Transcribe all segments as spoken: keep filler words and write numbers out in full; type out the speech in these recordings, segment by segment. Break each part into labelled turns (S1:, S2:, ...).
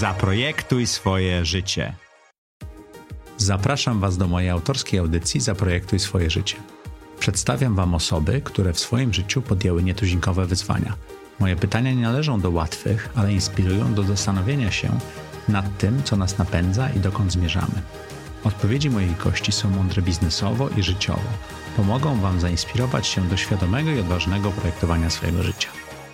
S1: Zaprojektuj swoje życie. Zapraszam Was do mojej autorskiej audycji Zaprojektuj swoje życie. Przedstawiam Wam osoby, które w swoim życiu podjęły nietuzinkowe wyzwania. Moje pytania nie należą do łatwych, ale inspirują do zastanowienia się nad tym, co nas napędza i dokąd zmierzamy. Odpowiedzi moich gości są mądre biznesowo i życiowo. Pomogą Wam zainspirować się do świadomego i odważnego projektowania swojego życia.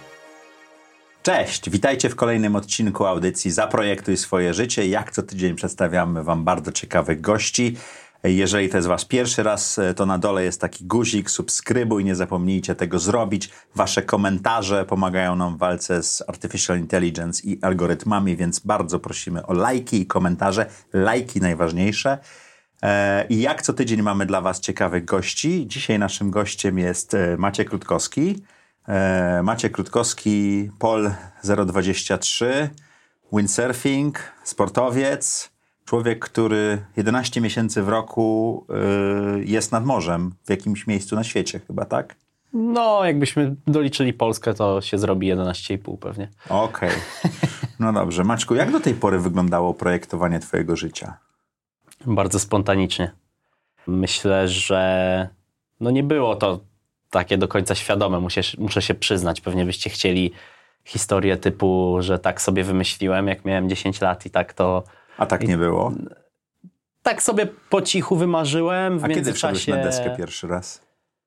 S1: Cześć, witajcie w kolejnym odcinku audycji Zaprojektuj swoje życie. Jak co tydzień przedstawiamy Wam bardzo ciekawych gości. Jeżeli to jest Wasz pierwszy raz, to na dole jest taki guzik, subskrybuj, nie zapomnijcie tego zrobić. Wasze komentarze pomagają nam w walce z Artificial Intelligence i algorytmami, więc bardzo prosimy o lajki i komentarze. Lajki najważniejsze. I jak co tydzień mamy dla Was ciekawych gości. Dzisiaj naszym gościem jest Maciek Rutkowski. Maciek Rutkowski, Pol zero dwadzieścia trzy, windsurfing, sportowiec, człowiek, który jedenaście miesięcy w roku yy, jest nad morzem w jakimś miejscu na świecie chyba, tak?
S2: No, jakbyśmy doliczyli Polskę, to się zrobi jedenaście i pół pewnie.
S1: Okej, okay. No dobrze. Maćku, jak do tej pory wyglądało projektowanie twojego życia?
S2: Bardzo spontanicznie. Myślę, że no nie było to takie do końca świadome, muszę, muszę się przyznać. Pewnie byście chcieli historię typu, że tak sobie wymyśliłem, jak miałem dziesięć lat i tak to...
S1: A tak nie było?
S2: Tak sobie po cichu wymarzyłem. W
S1: A kiedy
S2: międzyczasie...
S1: wszedłeś na deskę pierwszy raz?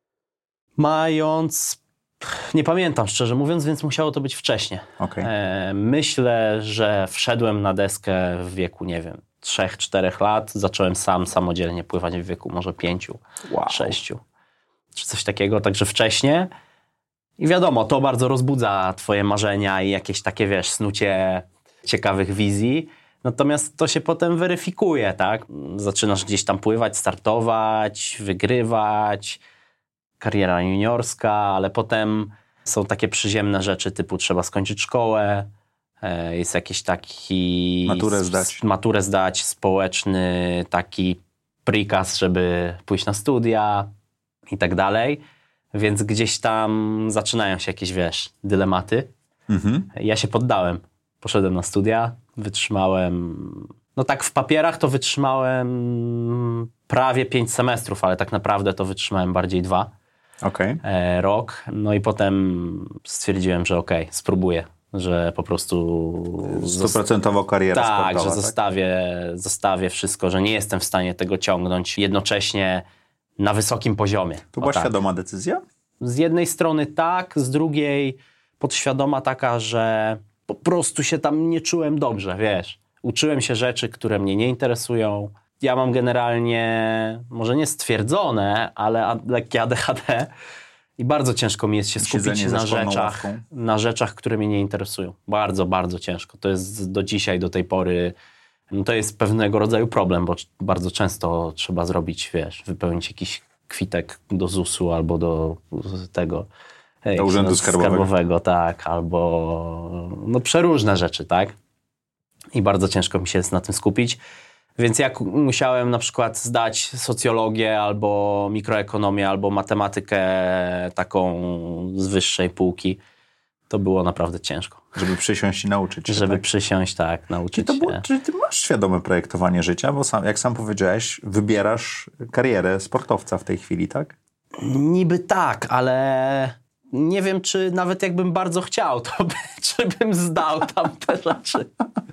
S2: Mając... Nie pamiętam, szczerze mówiąc, więc musiało to być wcześnie.
S1: Okay.
S2: E, myślę, że wszedłem na deskę w wieku, nie wiem, trzech, czterech lat. Zacząłem sam, samodzielnie pływać w wieku może pięciu,
S1: wow.
S2: sześciu. Czy coś takiego, także wcześnie. I wiadomo, to bardzo rozbudza twoje marzenia i jakieś takie, wiesz, snucie ciekawych wizji. Natomiast to się potem weryfikuje, tak? Zaczynasz gdzieś tam pływać, startować, wygrywać, kariera juniorska, ale potem są takie przyziemne rzeczy typu trzeba skończyć szkołę, jest jakiś taki...
S1: Maturę zdać.
S2: Maturę zdać, społeczny taki prikaz, żeby pójść na studia i tak dalej. Więc gdzieś tam zaczynają się jakieś, wiesz, dylematy.
S1: Mhm.
S2: Ja się poddałem. Poszedłem na studia, wytrzymałem... No tak w papierach to wytrzymałem prawie pięć semestrów, ale tak naprawdę to wytrzymałem bardziej dwa.
S1: Okay.
S2: E, rok. No i potem stwierdziłem, że okej, okay, spróbuję. Że po prostu...
S1: Stuprocentowo kariera
S2: tak,
S1: sportowa.
S2: że
S1: tak, że
S2: zostawię, zostawię wszystko, że nie jestem w stanie tego ciągnąć jednocześnie na wysokim poziomie.
S1: To była
S2: tak.
S1: świadoma decyzja?
S2: Z jednej strony tak, z drugiej podświadoma taka, że po prostu się tam nie czułem dobrze, wiesz. Uczyłem się rzeczy, które mnie nie interesują. Ja mam generalnie, może nie stwierdzone, ale lekkie A D H D i bardzo ciężko mi jest się skupić na rzeczach, na rzeczach, które mnie nie interesują. Bardzo, bardzo ciężko. To jest do dzisiaj, do tej pory, no to jest pewnego rodzaju problem, bo bardzo często trzeba zrobić, wiesz, wypełnić jakiś kwitek do zusu albo do tego...
S1: Do urzędu skarbowego.
S2: skarbowego. Tak, albo no przeróżne rzeczy, tak? I bardzo ciężko mi się jest na tym skupić. Więc jak musiałem na przykład zdać socjologię, albo mikroekonomię, albo matematykę taką z wyższej półki, to było naprawdę ciężko.
S1: Żeby przysiąść i nauczyć się.
S2: Żeby
S1: tak?
S2: przysiąść, tak, nauczyć
S1: czyli to było,
S2: się.
S1: Czyli ty masz świadome projektowanie życia, bo sam, jak sam powiedziałeś, wybierasz karierę sportowca w tej chwili, tak?
S2: Niby tak, ale... Nie wiem, czy nawet jakbym bardzo chciał, to by, czy bym zdał tam te rzeczy.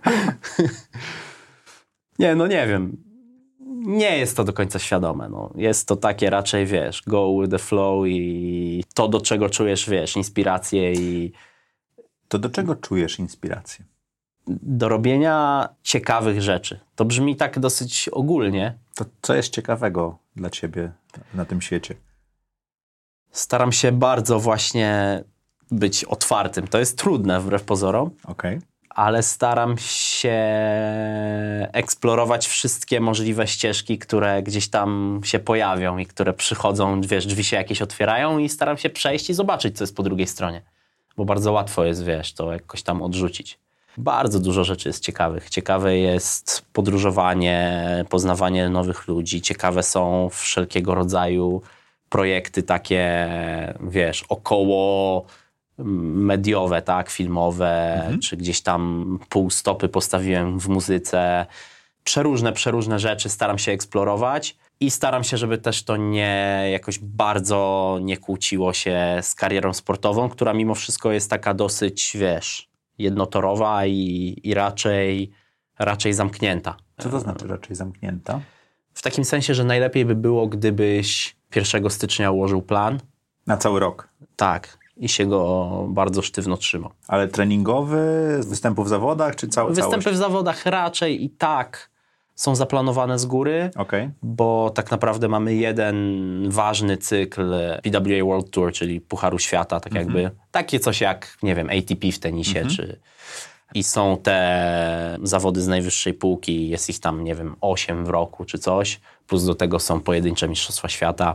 S2: Nie, no nie wiem. Nie jest to do końca świadome. No. Jest to takie raczej, wiesz, go with the flow i to, do czego czujesz, wiesz, inspirację i...
S1: To do czego czujesz inspirację?
S2: Do robienia ciekawych rzeczy. To brzmi tak dosyć ogólnie.
S1: To co jest ciekawego dla ciebie na tym świecie?
S2: Staram się bardzo właśnie być otwartym. To jest trudne wbrew pozorom,
S1: okay.
S2: ale staram się eksplorować wszystkie możliwe ścieżki, które gdzieś tam się pojawią i które przychodzą, wiesz, drzwi się jakieś otwierają i staram się przejść i zobaczyć, co jest po drugiej stronie. Bo bardzo łatwo jest, wiesz, to jakoś tam odrzucić. Bardzo dużo rzeczy jest ciekawych. Ciekawe jest podróżowanie, poznawanie nowych ludzi. Ciekawe są wszelkiego rodzaju projekty takie, wiesz, około mediowe, tak, filmowe,
S1: Mhm.
S2: czy gdzieś tam pół stopy postawiłem w muzyce. Przeróżne, przeróżne rzeczy staram się eksplorować i staram się, żeby też to nie jakoś bardzo nie kłóciło się z karierą sportową, która mimo wszystko jest taka dosyć, wiesz, jednotorowa i, i raczej, raczej zamknięta.
S1: Co to znaczy raczej zamknięta?
S2: W takim sensie, że najlepiej by było, gdybyś pierwszego stycznia ułożył plan.
S1: Na cały rok.
S2: Tak. I się go bardzo sztywno trzymał.
S1: Ale treningowy, występów w zawodach, czy cał-
S2: Występy
S1: całość?
S2: w zawodach raczej i tak są zaplanowane z góry,
S1: Okej.
S2: bo tak naprawdę mamy jeden ważny cykl P W A World Tour, czyli Pucharu Świata, tak jakby. Takie coś jak, nie wiem, A T P w tenisie, czy... I są te zawody z najwyższej półki, jest ich tam, nie wiem, osiem w roku czy coś, plus do tego są pojedyncze mistrzostwa świata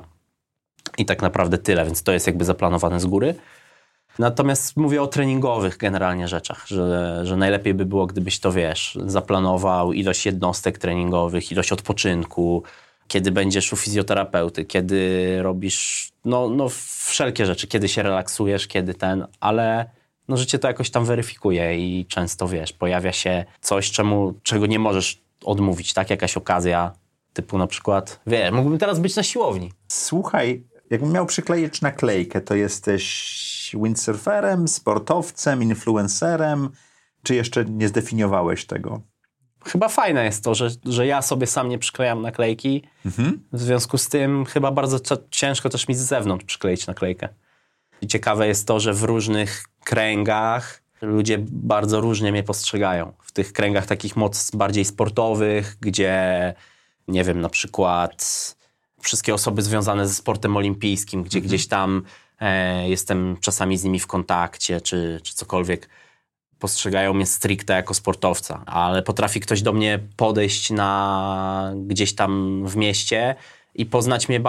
S2: i tak naprawdę tyle, więc to jest jakby zaplanowane z góry. Natomiast mówię o treningowych generalnie rzeczach, że, że najlepiej by było, gdybyś to, wiesz, zaplanował ilość jednostek treningowych, ilość odpoczynku, kiedy będziesz u fizjoterapeuty, kiedy robisz, no, no wszelkie rzeczy, kiedy się relaksujesz, kiedy ten, ale no życie to jakoś tam weryfikuje i często, wiesz, pojawia się coś, czemu, czego nie możesz odmówić, tak? Jakaś okazja, typu na przykład, wiesz, mógłbym teraz być na siłowni.
S1: Słuchaj, jakbym miał przykleić naklejkę, to jesteś windsurferem, sportowcem, influencerem, czy jeszcze nie zdefiniowałeś tego?
S2: Chyba fajne jest to, że, że ja sobie sam nie przyklejam naklejki.
S1: Mhm.
S2: W związku z tym chyba bardzo cia- ciężko też mi z zewnątrz przykleić naklejkę. I ciekawe jest to, że w różnych kręgach ludzie bardzo różnie mnie postrzegają. W tych kręgach takich moc bardziej sportowych, gdzie, nie wiem, na przykład wszystkie osoby związane ze sportem olimpijskim, gdzie
S1: Mhm.
S2: gdzieś tam e, jestem czasami z nimi w kontakcie, czy, czy cokolwiek, postrzegają mnie stricte jako sportowca, ale potrafi ktoś do mnie podejść na gdzieś tam w mieście i poznać mnie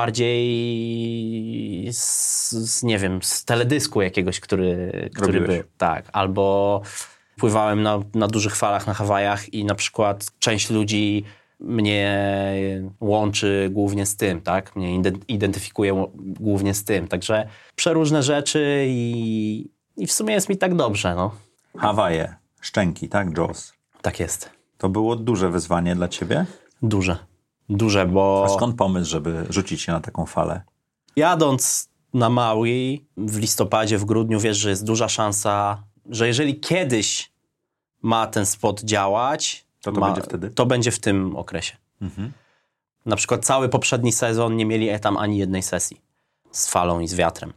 S2: bardziej z, z nie wiem, z teledysku jakiegoś, który, który
S1: Robiłeś.
S2: był. Tak, albo pływałem na, na dużych falach na Hawajach i na przykład część ludzi mnie łączy głównie z tym, tak? Mnie ide- identyfikuje głównie z tym. Także przeróżne rzeczy i, i w sumie jest mi tak dobrze, no.
S1: Hawaje, szczęki, tak, Jaws.
S2: Tak jest.
S1: To było duże wyzwanie dla ciebie?
S2: Duże. Duże, bo
S1: A skąd pomysł, żeby rzucić się na taką falę?
S2: jadąc na Maui w listopadzie, w grudniu, wiesz, że jest duża szansa, że jeżeli kiedyś ma ten spot działać,
S1: To to
S2: ma,
S1: będzie wtedy?
S2: to będzie w tym okresie.
S1: Mhm.
S2: Na przykład cały poprzedni sezon nie mieli tam ani jednej sesji z falą i z wiatrem.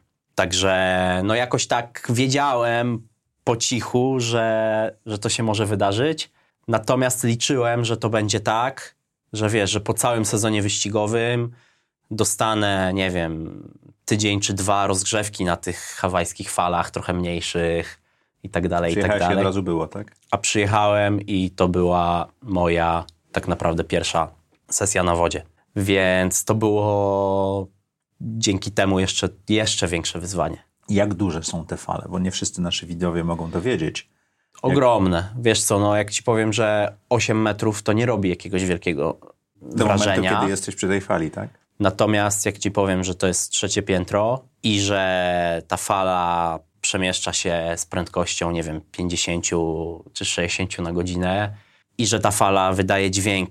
S2: Także no jakoś tak wiedziałem po cichu, że, że to się może wydarzyć. Natomiast liczyłem, że to będzie tak, że wiesz, że po całym sezonie wyścigowym dostanę, nie wiem, tydzień czy dwa rozgrzewki na tych hawajskich falach, trochę mniejszych i tak dalej, i tak
S1: Przyjechałeś i
S2: dalej.
S1: od razu było, tak?
S2: A przyjechałem i to była moja tak naprawdę pierwsza sesja na wodzie. Więc to było dzięki temu jeszcze, jeszcze większe wyzwanie.
S1: Jak duże są te fale? Bo nie wszyscy nasi widzowie mogą to wiedzieć.
S2: Ogromne. Wiesz co, no jak ci powiem, że osiem metrów to nie robi jakiegoś wielkiego
S1: Do
S2: wrażenia.
S1: momentu, kiedy jesteś przy tej fali, tak?
S2: Natomiast jak ci powiem, że to jest trzecie piętro i że ta fala przemieszcza się z prędkością, nie wiem, pięćdziesiąt czy sześćdziesiąt na godzinę i że ta fala wydaje dźwięk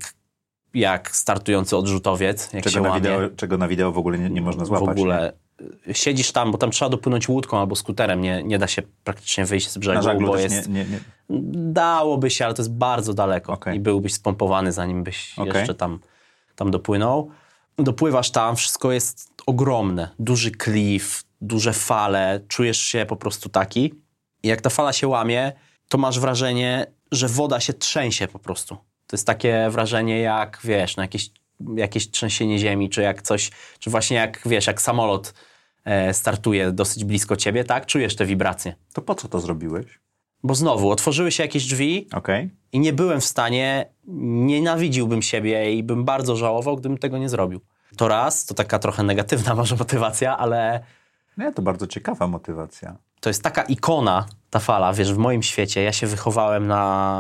S2: jak startujący odrzutowiec, jak
S1: Czego
S2: się
S1: na,
S2: łamie.
S1: wideo, czego na wideo w ogóle nie, nie można złapać.
S2: W ogóle nie? Siedzisz tam, bo tam trzeba dopłynąć łódką albo skuterem, nie, nie da się praktycznie wyjść z brzegu,
S1: Na żaglu
S2: bo
S1: też
S2: jest...
S1: nie, nie, nie.
S2: Dałoby się, ale to jest bardzo daleko
S1: Okej.
S2: i byłbyś spompowany, zanim byś
S1: Okej.
S2: jeszcze tam, tam dopłynął. Dopływasz tam, wszystko jest ogromne, duży klif, duże fale, czujesz się po prostu taki. I jak ta fala się łamie, to masz wrażenie, że woda się trzęsie po prostu. To jest takie wrażenie jak, wiesz, no jakieś, jakieś trzęsienie ziemi, czy jak coś, czy właśnie jak, wiesz, jak samolot e, startuje dosyć blisko ciebie, tak? Czujesz te wibracje.
S1: To po co to zrobiłeś?
S2: Bo znowu, otworzyły się jakieś drzwi
S1: Okej.
S2: i nie byłem w stanie, nienawidziłbym siebie i bym bardzo żałował, gdybym tego nie zrobił. To raz, to taka trochę negatywna może motywacja, ale
S1: Nie, to bardzo ciekawa motywacja.
S2: to jest taka ikona, ta fala, wiesz, w moim świecie. Ja się wychowałem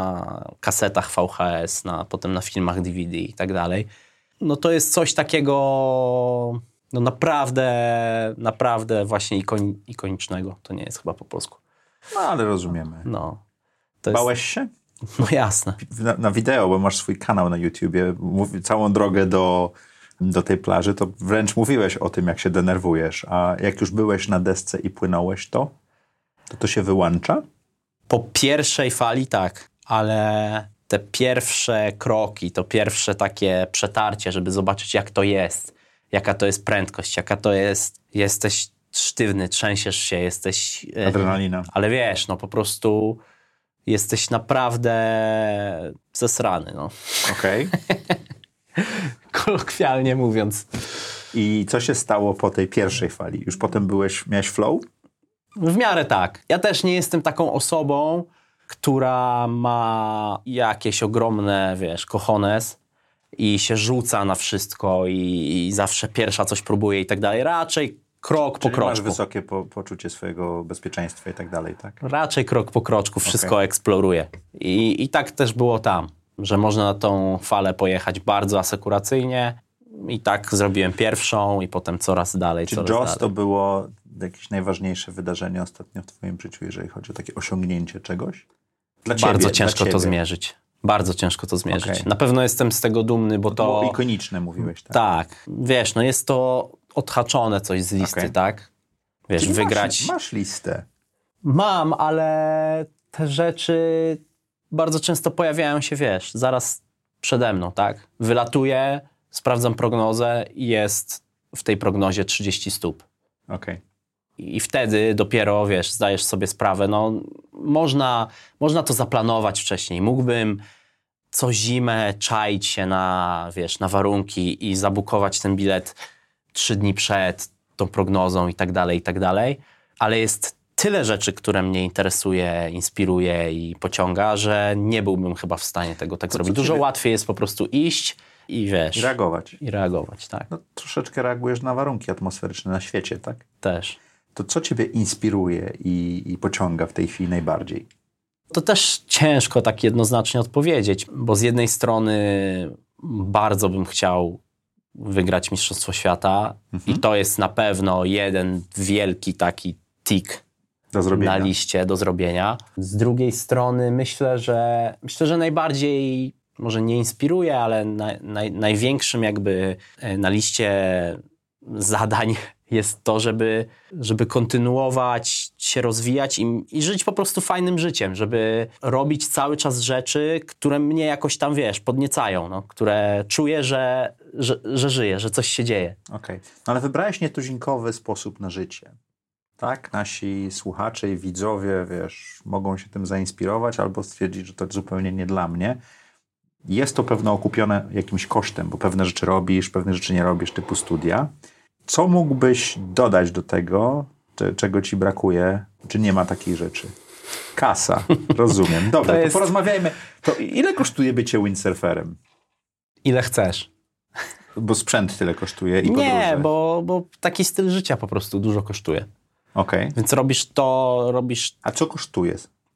S2: na kasetach V H S, na, potem na filmach D V D i tak dalej. No to jest coś takiego No naprawdę, naprawdę właśnie ikon, ikonicznego. To nie jest chyba po polsku.
S1: No, ale rozumiemy.
S2: No. To jest...
S1: Bałeś się?
S2: No jasne.
S1: Na, na wideo, bo masz swój kanał na YouTubie, mówi, całą drogę do, do tej plaży, to wręcz mówiłeś o tym, jak się denerwujesz. A jak już byłeś na desce i płynąłeś to, to to się wyłącza?
S2: Po pierwszej fali tak, ale te pierwsze kroki, to pierwsze takie przetarcie, żeby zobaczyć, jak to jest, jaka to jest prędkość, jaka to jest, jesteś sztywny, trzęsiesz się, jesteś...
S1: Adrenalina.
S2: Ale wiesz, no po prostu jesteś naprawdę zesrany, no.
S1: Okej. Okay.
S2: Kolokwialnie mówiąc.
S1: I co się stało po tej pierwszej fali? Już potem byłeś, miałeś flow?
S2: W miarę tak. Ja też nie jestem taką osobą, która ma jakieś ogromne, wiesz, cojones i się rzuca na wszystko i, i zawsze pierwsza coś próbuje i tak dalej. Raczej krok
S1: Czyli
S2: po kroczku.
S1: masz wysokie po, poczucie swojego bezpieczeństwa i tak dalej, tak?
S2: Raczej krok po kroczku wszystko
S1: Okay.
S2: eksploruję. I, I tak też było tam, że można na tą falę pojechać bardzo asekuracyjnie i tak zrobiłem pierwszą i potem coraz dalej,
S1: Czy
S2: coraz
S1: Jaws
S2: dalej.
S1: to było jakieś najważniejsze wydarzenie ostatnio w twoim życiu, jeżeli chodzi o takie osiągnięcie czegoś? Dla ciebie,
S2: Bardzo
S1: dla
S2: ciężko
S1: ciebie.
S2: to zmierzyć. Bardzo ciężko to zmierzyć.
S1: Okay.
S2: Na pewno jestem z tego dumny, bo
S1: To
S2: to...
S1: było ikoniczne, mówiłeś, tak?
S2: Tak. Wiesz, no jest to odhaczone coś z listy,
S1: Okay.
S2: tak? Wiesz,
S1: Czyli
S2: wygrać...
S1: Masz, masz listę.
S2: Mam, ale te rzeczy bardzo często pojawiają się, wiesz, zaraz przede mną, tak? Wylatuję, sprawdzam prognozę i jest w tej prognozie trzydzieści stóp.
S1: Okej. Okay.
S2: I wtedy dopiero, wiesz, zdajesz sobie sprawę, no można, można to zaplanować wcześniej. Mógłbym co zimę czaić się na, wiesz, na warunki i zabukować ten bilet trzy dni przed tą prognozą i tak dalej, i tak dalej. Ale jest tyle rzeczy, które mnie interesuje, inspiruje i pociąga, że nie byłbym chyba w stanie tego tak
S1: To
S2: zrobić. Dużo ciebie... łatwiej jest po prostu iść i wiesz...
S1: I reagować.
S2: I reagować, tak.
S1: No, troszeczkę reagujesz na warunki atmosferyczne na świecie, tak?
S2: Też.
S1: To co ciebie inspiruje i, i pociąga w tej chwili najbardziej?
S2: To też ciężko tak jednoznacznie odpowiedzieć, bo z jednej strony bardzo bym chciał wygrać Mistrzostwo Świata mhm. i to jest na pewno jeden wielki taki tik
S1: do zrobienia.
S2: Na liście do zrobienia. Z drugiej strony myślę, że myślę, że najbardziej, może nie inspiruje, ale na, naj, największym jakby na liście zadań jest to, żeby, żeby kontynuować, się rozwijać i, i żyć po prostu fajnym życiem, żeby robić cały czas rzeczy, które mnie jakoś tam, wiesz, podniecają, no, które czuję, że, że, że żyję, że coś się dzieje.
S1: Okej, okay. No ale wybrałeś nietuzinkowy sposób na życie. Tak? Nasi słuchacze i widzowie, wiesz, mogą się tym zainspirować albo stwierdzić, że to zupełnie nie dla mnie. Jest to pewno okupione jakimś kosztem, bo pewne rzeczy robisz, pewne rzeczy nie robisz, typu studia. Co mógłbyś dodać do tego, czego ci brakuje? Czy nie ma takich rzeczy? Kasa, rozumiem. Dobra, to, jest... to porozmawiajmy. To ile kosztuje bycie windsurferem?
S2: Ile chcesz.
S1: Bo sprzęt tyle kosztuje i
S2: Nie,
S1: podróże.
S2: bo, bo taki styl życia po prostu dużo kosztuje.
S1: Okej. Okay.
S2: Więc robisz to, robisz...
S1: A co kosztuje?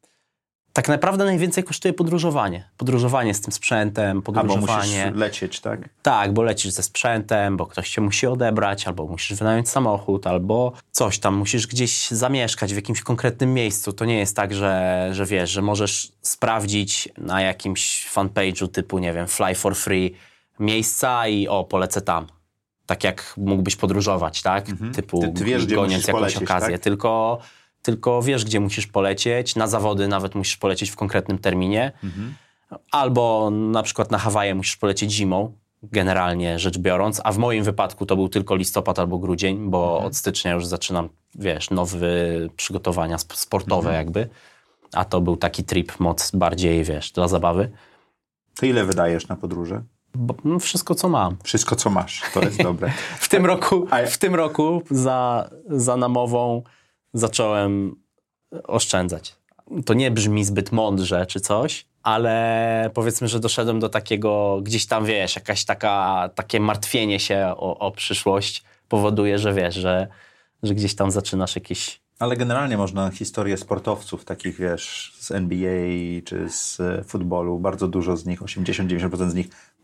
S2: Tak naprawdę najwięcej kosztuje podróżowanie. Podróżowanie z tym sprzętem, podróżowanie...
S1: Albo musisz lecieć, tak?
S2: Tak, bo lecisz ze sprzętem, bo ktoś cię musi odebrać, albo musisz wynająć samochód, albo coś tam, musisz gdzieś zamieszkać w jakimś konkretnym miejscu. To nie jest tak, że, że wiesz, że możesz sprawdzić na jakimś fanpage'u typu, nie wiem, Fly for Free miejsca i o, polecę tam. Tak jak mógłbyś podróżować, tak?
S1: Mhm.
S2: Typu
S1: ty, ty wiesz,
S2: goniąc jakąś
S1: polecieć,
S2: okazję.
S1: Tak?
S2: Tylko... Tylko wiesz, gdzie musisz polecieć, na zawody nawet musisz polecieć w konkretnym terminie, mhm. albo na przykład na Hawaje musisz polecieć zimą, generalnie rzecz biorąc, a w moim wypadku to był tylko listopad albo grudzień, bo mhm. od stycznia już zaczynam, wiesz, nowe przygotowania sportowe mhm. jakby, a to był taki trip moc bardziej, wiesz, dla zabawy.
S1: To ile wydajesz na podróże?
S2: Bo, no wszystko, co mam.
S1: Wszystko, co masz, to jest dobre.
S2: w tym roku, w tym roku za, za namową zacząłem oszczędzać. To nie brzmi zbyt mądrze czy coś, ale powiedzmy, że doszedłem do takiego, gdzieś tam wiesz, jakaś taka, takie martwienie się o, o przyszłość powoduje, że wiesz, że, że gdzieś tam zaczynasz jakieś...
S1: Ale generalnie można historię sportowców, takich wiesz, z N B A czy z futbolu, bardzo dużo z nich, osiemdziesiąt do dziewięćdziesięciu procent z nich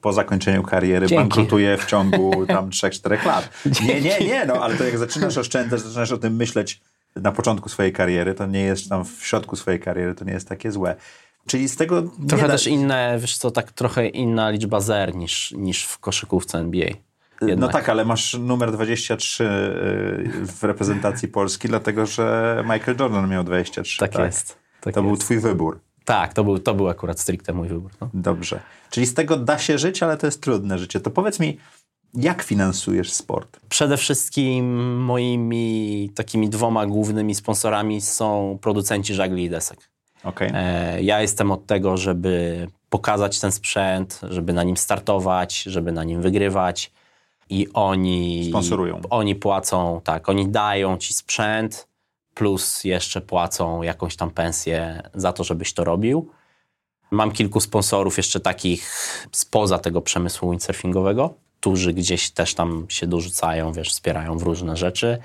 S1: po zakończeniu kariery
S2: Dzięki.
S1: bankrutuje w ciągu tam trzech czterech lat. Nie, nie, nie, no ale to jak zaczynasz oszczędzać, zaczynasz o tym myśleć na początku swojej kariery, to nie jest tam w środku swojej kariery, to nie jest takie złe. Czyli z tego...
S2: Trochę
S1: nie da...
S2: też inne, wiesz co, tak trochę inna liczba zer niż, niż w koszykówce N B A. Jednak.
S1: No tak, ale masz numer dwadzieścia trzy w reprezentacji Polski, dlatego że Michael Jordan miał dwadzieścia trzy.
S2: Tak,
S1: tak?
S2: jest. Tak
S1: to
S2: jest.
S1: był twój wybór.
S2: Tak, to był, to był akurat stricte mój wybór. No.
S1: Dobrze. Czyli z tego da się żyć, ale to jest trudne życie. To powiedz mi, jak finansujesz sport?
S2: Przede wszystkim moimi takimi dwoma głównymi sponsorami są producenci żagli i desek.
S1: Okay.
S2: E, ja jestem od tego, żeby pokazać ten sprzęt, żeby na nim startować, żeby na nim wygrywać i oni...
S1: Sponsorują.
S2: Oni płacą, tak, oni dają ci sprzęt, plus jeszcze płacą jakąś tam pensję za to, żebyś to robił. Mam kilku sponsorów jeszcze takich spoza tego przemysłu windsurfingowego, którzy gdzieś też tam się dorzucają, wiesz, wspierają w różne rzeczy.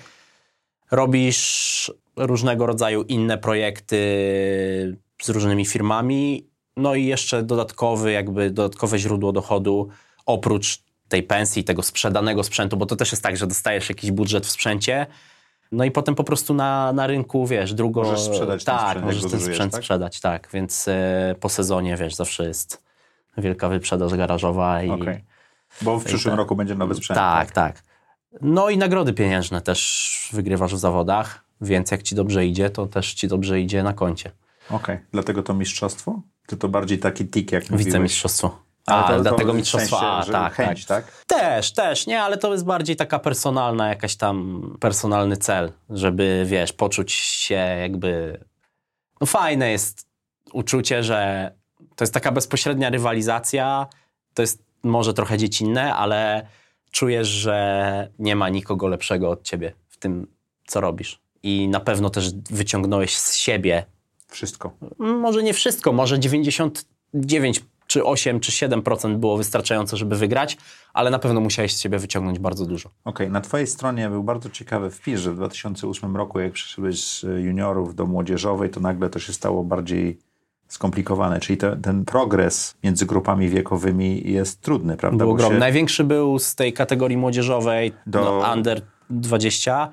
S2: Robisz różnego rodzaju inne projekty z różnymi firmami, no i jeszcze dodatkowy, jakby dodatkowe źródło dochodu oprócz tej pensji, tego sprzedanego sprzętu, bo to też jest tak, że dostajesz jakiś budżet w sprzęcie, no i potem po prostu na, na rynku, wiesz, drugo...
S1: Możesz sprzedać ten
S2: tak,
S1: sprzęt.
S2: możesz ten
S1: sprzęt
S2: tak? sprzedać, tak. Więc e, po sezonie, wiesz, zawsze jest wielka wyprzedaż garażowa. I,
S1: okay. Bo w przyszłym
S2: i
S1: roku będzie nowy sprzęt.
S2: Tak, tak, tak. No i nagrody pieniężne też wygrywasz w zawodach, więc jak ci dobrze idzie, to też ci dobrze idzie na koncie.
S1: Okej, okay. Dlatego to mistrzostwo? Czy to bardziej taki tik, jak mówiłeś?
S2: Wicemistrzostwo.
S1: A,
S2: ale
S1: to,
S2: dlatego
S1: to
S2: mistrzostwa,
S1: w sensie,
S2: a, tak,
S1: chęć,
S2: tak.
S1: tak?
S2: Też, też, nie, ale to jest bardziej taka personalna, jakaś tam personalny cel, żeby, wiesz, poczuć się jakby... No fajne jest uczucie, że to jest taka bezpośrednia rywalizacja, to jest może trochę dziecinne, ale czujesz, że nie ma nikogo lepszego od ciebie w tym, co robisz. I na pewno też wyciągnąłeś z siebie...
S1: Wszystko.
S2: Może nie wszystko, może dziewięćdziesiąt dziewięć czy osiem, czy siedem procent było wystarczające, żeby wygrać, ale na pewno musiałeś z siebie wyciągnąć bardzo dużo.
S1: Okej, okay. Na twojej stronie był bardzo ciekawy wpis, że w dwa tysiące ósmym roku, jak przyszedłeś z juniorów do młodzieżowej, to nagle to się stało bardziej skomplikowane. Czyli te, ten progres między grupami wiekowymi jest trudny, prawda?
S2: Był ogromny.
S1: Się...
S2: Największy był z tej kategorii młodzieżowej do no, under dwadzieścia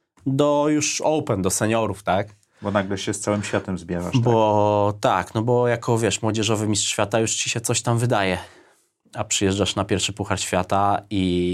S2: do już open, do seniorów, tak?
S1: Bo nagle się z całym światem zbierasz.
S2: Bo tak? tak, no bo jako, wiesz, młodzieżowy mistrz świata już ci się coś tam wydaje. A przyjeżdżasz na pierwszy Puchar Świata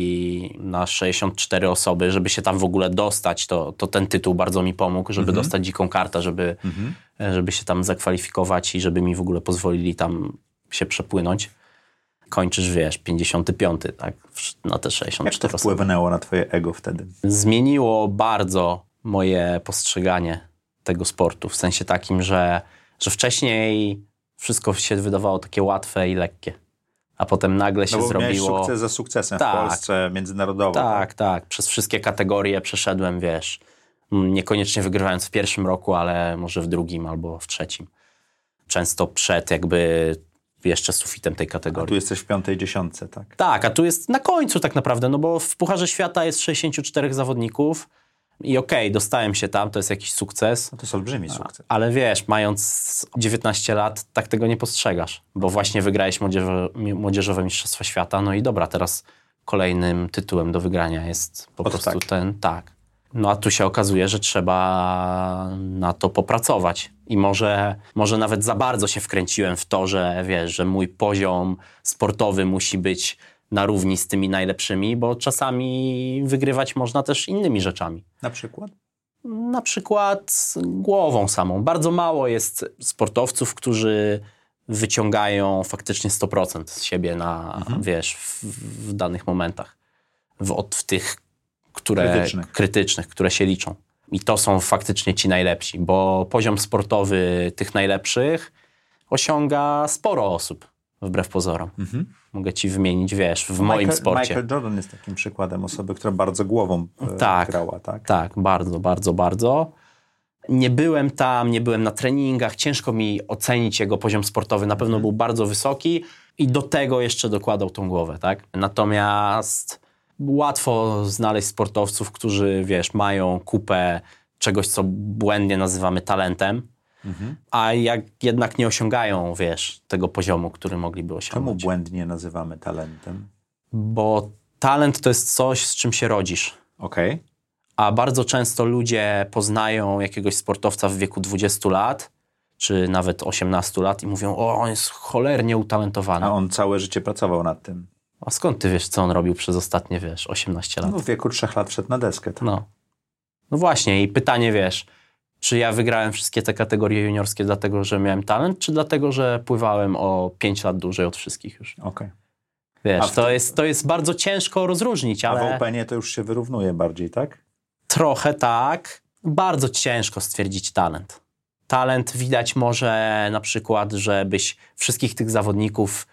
S2: i na sześćdziesiąt cztery osoby, żeby się tam w ogóle dostać, to, to ten tytuł bardzo mi pomógł, żeby mhm. dostać dziką kartę, żeby, mhm. żeby się tam zakwalifikować i żeby mi w ogóle pozwolili tam się przepłynąć. Kończysz, wiesz, pięćdziesiąty piąty, tak, na te sześćdziesiąt cztery
S1: Jak to wpłynęło na twoje ego wtedy?
S2: Zmieniło bardzo moje postrzeganie tego sportu, w sensie takim, że, że wcześniej wszystko się wydawało takie łatwe i lekkie, a potem nagle się
S1: no bo
S2: zrobiło...
S1: miałeś sukces za sukcesem
S2: tak,
S1: w Polsce międzynarodowo.
S2: Tak, tak, tak, przez wszystkie kategorie przeszedłem, wiesz, niekoniecznie wygrywając w pierwszym roku, ale może w drugim albo w trzecim. Często przed jakby jeszcze sufitem tej kategorii.
S1: A tu jesteś w piątej dziesiątce, tak?
S2: Tak, a tu jest na końcu tak naprawdę, no bo w Pucharze Świata jest sześćdziesięciu czterech zawodników, i okej, okay, dostałem się tam, to jest jakiś sukces.
S1: No to jest olbrzymi sukces.
S2: Ale wiesz, mając dziewiętnaście lat, tak tego nie postrzegasz, bo właśnie wygrałeś młodzieżowe, młodzieżowe Mistrzostwa Świata, no i dobra, teraz kolejnym tytułem do wygrania jest po
S1: Od
S2: prostu
S1: tak.
S2: ten, tak. No a tu się okazuje, że trzeba na to popracować. I może, może nawet za bardzo się wkręciłem w to, że wiesz, że mój poziom sportowy musi być na równi z tymi najlepszymi, bo czasami wygrywać można też innymi rzeczami.
S1: Na przykład?
S2: Na przykład głową samą. Bardzo mało jest sportowców, którzy wyciągają faktycznie sto procent z siebie na, mhm. wiesz, w, w danych momentach. W, od, w tych, które,
S1: krytycznych.
S2: krytycznych, które się liczą. I to są faktycznie ci najlepsi, bo poziom sportowy tych najlepszych osiąga sporo osób, wbrew pozorom. Mhm. Mogę ci wymienić, wiesz, w
S1: Michael,
S2: moim sporcie.
S1: Michael Jordan jest takim przykładem osoby, która bardzo głową e,
S2: tak,
S1: grała, tak?
S2: Tak, bardzo, bardzo, bardzo. Nie byłem tam, nie byłem na treningach, ciężko mi ocenić jego poziom sportowy, na pewno mhm. był bardzo wysoki i do tego jeszcze dokładał tą głowę, tak? Natomiast łatwo znaleźć sportowców, którzy, wiesz, mają kupę czegoś, co błędnie nazywamy talentem,
S1: Mhm.
S2: a jak jednak nie osiągają, wiesz, tego poziomu, który mogliby
S1: Czemu
S2: osiągnąć.
S1: błędnie nazywamy talentem?
S2: Bo talent to jest coś, z czym się rodzisz.
S1: Okej. Okay.
S2: A bardzo często ludzie poznają jakiegoś sportowca w wieku dwudziestu lat, czy nawet osiemnastu lat i mówią, o, on jest cholernie utalentowany.
S1: A on całe życie pracował nad tym.
S2: A skąd ty wiesz, co on robił przez ostatnie, wiesz, osiemnaście lat?
S1: No w wieku trzech lat wszedł na deskę. Tak?
S2: No. No właśnie i pytanie, wiesz, czy ja wygrałem wszystkie te kategorie juniorskie dlatego, że miałem talent, czy dlatego, że pływałem o pięć lat dłużej od wszystkich już?
S1: Okej. Okay.
S2: Wiesz, to jest, to jest bardzo ciężko rozróżnić, ale...
S1: A w Openie to już się wyrównuje bardziej, tak?
S2: Trochę tak. Bardzo ciężko stwierdzić talent. Talent widać może na przykład, żebyś wszystkich tych zawodników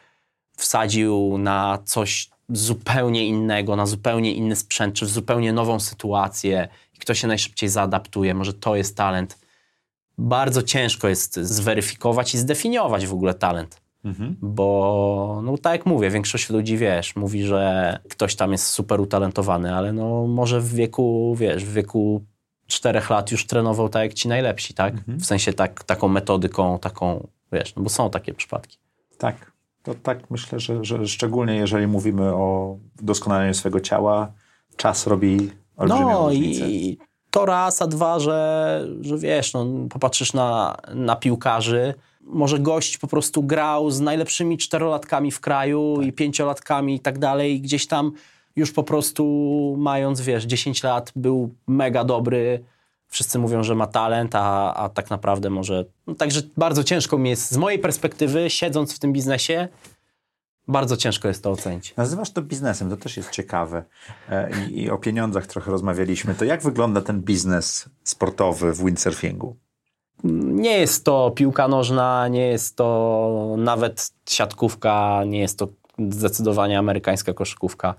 S2: wsadził na coś zupełnie innego, na zupełnie inny sprzęt, czy w zupełnie nową sytuację i kto się najszybciej zaadaptuje. Może to jest talent. Bardzo ciężko jest zweryfikować i zdefiniować w ogóle talent.
S1: Mhm.
S2: Bo, no tak jak mówię, większość ludzi, wiesz, mówi, że ktoś tam jest super utalentowany, ale no może w wieku, wiesz, w wieku czterech lat już trenował tak jak ci najlepsi, tak?
S1: Mhm.
S2: W sensie tak, taką metodyką, taką, wiesz, no bo są takie przypadki.
S1: Tak, to tak myślę, że, że szczególnie jeżeli mówimy o doskonaleniu swego ciała, czas robi olbrzymią
S2: no
S1: różnicę.
S2: I to raz, a dwa, że, że wiesz, no popatrzysz na, na piłkarzy, może gość po prostu grał z najlepszymi czterolatkami w kraju tak. i pięciolatkami i tak dalej i gdzieś tam już po prostu mając, wiesz, dziesięć lat był mega dobry. Wszyscy mówią, że ma talent, a, a tak naprawdę może... No, także bardzo ciężko mi jest, z mojej perspektywy, siedząc w tym biznesie, bardzo ciężko jest to ocenić.
S1: Nazywasz to biznesem, to też jest ciekawe. E, i, I o pieniądzach trochę rozmawialiśmy. To jak wygląda ten biznes sportowy w windsurfingu?
S2: Nie jest to piłka nożna, nie jest to nawet siatkówka, nie jest to zdecydowanie amerykańska koszykówka,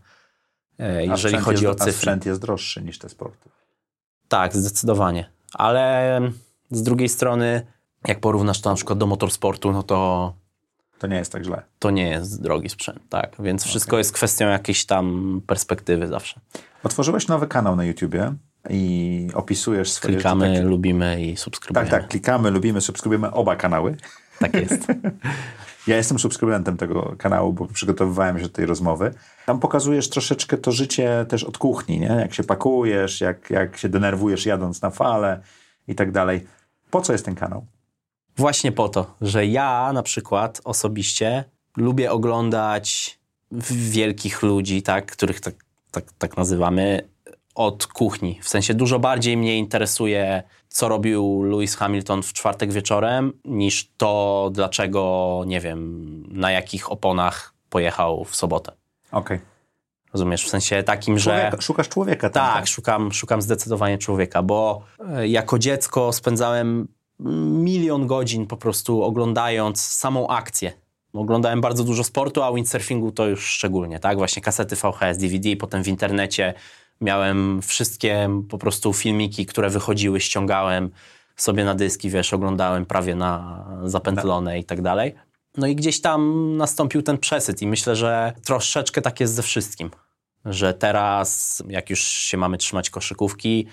S2: jeżeli chodzi
S1: jest,
S2: o cyfry.
S1: A sprzęt jest droższy niż te sporty.
S2: Tak, zdecydowanie. Ale z drugiej strony, jak porównasz to na przykład do motorsportu, no to...
S1: To nie jest tak źle.
S2: To nie jest drogi sprzęt, tak. Więc wszystko okay. jest kwestią jakiejś tam perspektywy zawsze.
S1: Otworzyłeś nowy kanał na YouTubie i opisujesz swoje...
S2: Klikamy,
S1: takie...
S2: lubimy i subskrybujemy.
S1: Tak, tak, klikamy, lubimy, subskrybujemy oba kanały.
S2: Tak jest.
S1: Ja jestem subskrybentem tego kanału, bo przygotowywałem się do tej rozmowy. Tam pokazujesz troszeczkę to życie też od kuchni, nie? Jak się pakujesz, jak, jak się denerwujesz jadąc na falę i tak dalej. Po co jest ten kanał?
S2: Właśnie po to, że ja na przykład osobiście lubię oglądać wielkich ludzi, tak, których tak, tak, tak nazywamy, od kuchni. W sensie dużo bardziej mnie interesuje, co robił Lewis Hamilton w czwartek wieczorem, niż to, dlaczego, nie wiem, na jakich oponach pojechał w sobotę.
S1: Okej. Okay.
S2: Rozumiesz? W sensie takim,
S1: człowieka,
S2: że...
S1: Szukasz człowieka. Tam,
S2: tak,
S1: tak,
S2: szukam, szukam zdecydowanie człowieka, bo jako dziecko spędzałem milion godzin po prostu oglądając samą akcję. Oglądałem bardzo dużo sportu, a windsurfingu to już szczególnie, tak? Właśnie kasety V H S, D V D, potem w internecie miałem wszystkie po prostu filmiki, które wychodziły, ściągałem sobie na dyski, wiesz, oglądałem prawie na zapętlone i tak dalej. No i gdzieś tam nastąpił ten przesyt i myślę, że troszeczkę tak jest ze wszystkim, że teraz jak już się mamy trzymać koszykówki,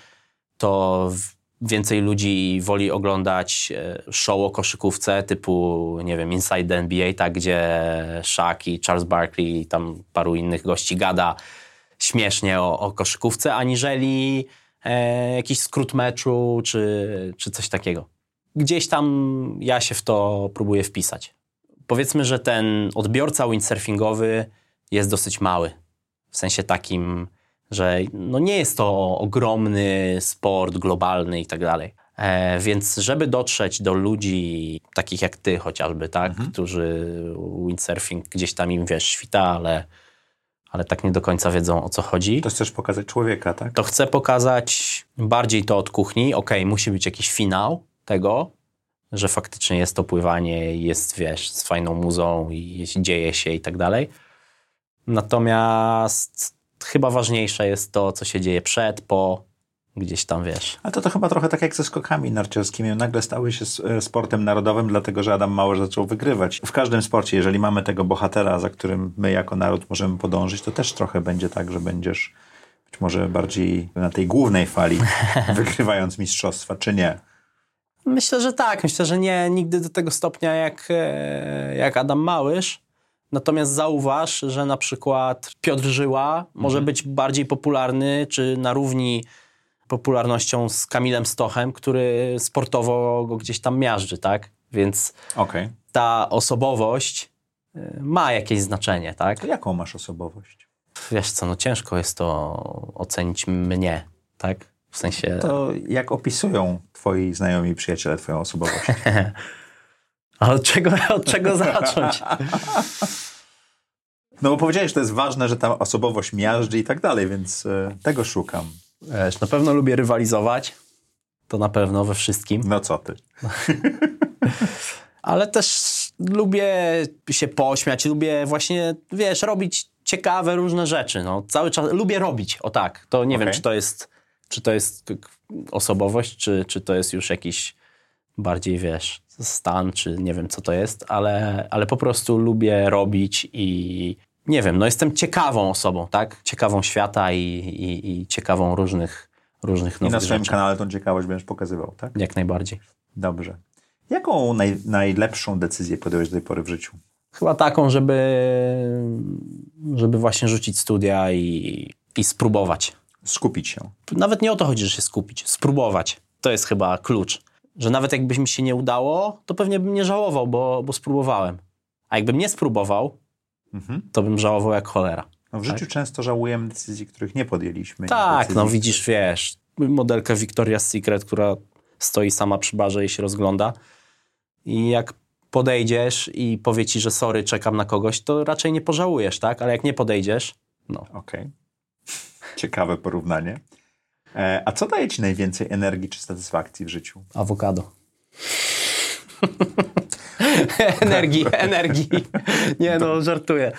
S2: to więcej ludzi woli oglądać show o koszykówce typu, nie wiem, Inside the N B A, tak, gdzie Shaq i Charles Barkley i tam paru innych gości gada śmiesznie o, o koszykówce, aniżeli e, jakiś skrót meczu czy, czy coś takiego. Gdzieś tam ja się w to próbuję wpisać. Powiedzmy, że ten odbiorca windsurfingowy jest dosyć mały. W sensie takim, że no nie jest to ogromny sport globalny i tak dalej. E, więc żeby dotrzeć do ludzi takich jak ty chociażby, tak, mhm. którzy windsurfing gdzieś tam im, wiesz, świta, ale, ale tak nie do końca wiedzą, o co chodzi.
S1: To chcesz pokazać człowieka, tak?
S2: To chcę pokazać bardziej to od kuchni. Okej, okay, musi być jakiś finał tego, że faktycznie jest to pływanie i jest, wiesz, z fajną muzą i dzieje się i tak dalej. Natomiast chyba ważniejsze jest to, co się dzieje przed, po, gdzieś tam, wiesz.
S1: A to to chyba trochę tak jak ze skokami narciarskimi. Nagle stały się sportem narodowym, dlatego że Adam Małysz zaczął wygrywać. W każdym sporcie, jeżeli mamy tego bohatera, za którym my jako naród możemy podążyć, to też trochę będzie tak, że będziesz być może bardziej na tej głównej fali wygrywając mistrzostwa, czy nie?
S2: Myślę, że tak. Myślę, że nie nigdy do tego stopnia jak, e, jak Adam Małysz. Natomiast zauważ, że na przykład Piotr Żyła mhm. może być bardziej popularny, czy na równi popularnością z Kamilem Stochem, który sportowo go gdzieś tam miażdży, tak? Więc
S1: okay.
S2: ta osobowość ma jakieś znaczenie, tak?
S1: To jaką masz osobowość?
S2: Wiesz co, no ciężko jest to ocenić mnie, tak? W sensie...
S1: To jak opisują twoi znajomi i przyjaciele twoją osobowość?
S2: A od czego, od czego zacząć?
S1: No bo powiedziałeś, że to jest ważne, że ta osobowość miażdży i tak dalej, więc y, tego szukam.
S2: Wiesz, na pewno lubię rywalizować. To na pewno we wszystkim.
S1: No co ty?
S2: Ale też lubię się pośmiać, lubię właśnie, wiesz, robić ciekawe różne rzeczy. No. Cały czas lubię robić, o tak. To nie okay. wiem, czy to jest, czy to jest osobowość, czy, czy to jest już jakiś bardziej, wiesz, stan, czy nie wiem, co to jest, ale, ale po prostu lubię robić i nie wiem, no jestem ciekawą osobą, tak? Ciekawą świata i, i, i ciekawą różnych, różnych nowych rzeczy.
S1: I na swoim kanale tą ciekawość będziesz pokazywał, tak?
S2: Jak najbardziej.
S1: Dobrze. Jaką naj, najlepszą decyzję podjąłeś do tej pory w życiu?
S2: Chyba taką, żeby, żeby właśnie rzucić studia i, i spróbować.
S1: Skupić się.
S2: Nawet nie o to chodzi, że się skupić. Spróbować. To jest chyba klucz. Że nawet jakby mi się nie udało, to pewnie bym nie żałował, bo, bo spróbowałem. A jakbym nie spróbował, mhm. to bym żałował jak cholera.
S1: No w tak? życiu często żałujemy decyzji, których nie podjęliśmy.
S2: Tak,
S1: decyzji,
S2: no widzisz, które... wiesz, modelkę Victoria's Secret, która stoi sama przy barze i się rozgląda. I jak podejdziesz i powie ci, że sorry, czekam na kogoś, to raczej nie pożałujesz, tak? Ale jak nie podejdziesz, no.
S1: Okej. Okay. Ciekawe porównanie. E, a co daje ci najwięcej energii czy satysfakcji w życiu?
S2: Awokado. energii, energii. Nie no, żartuję.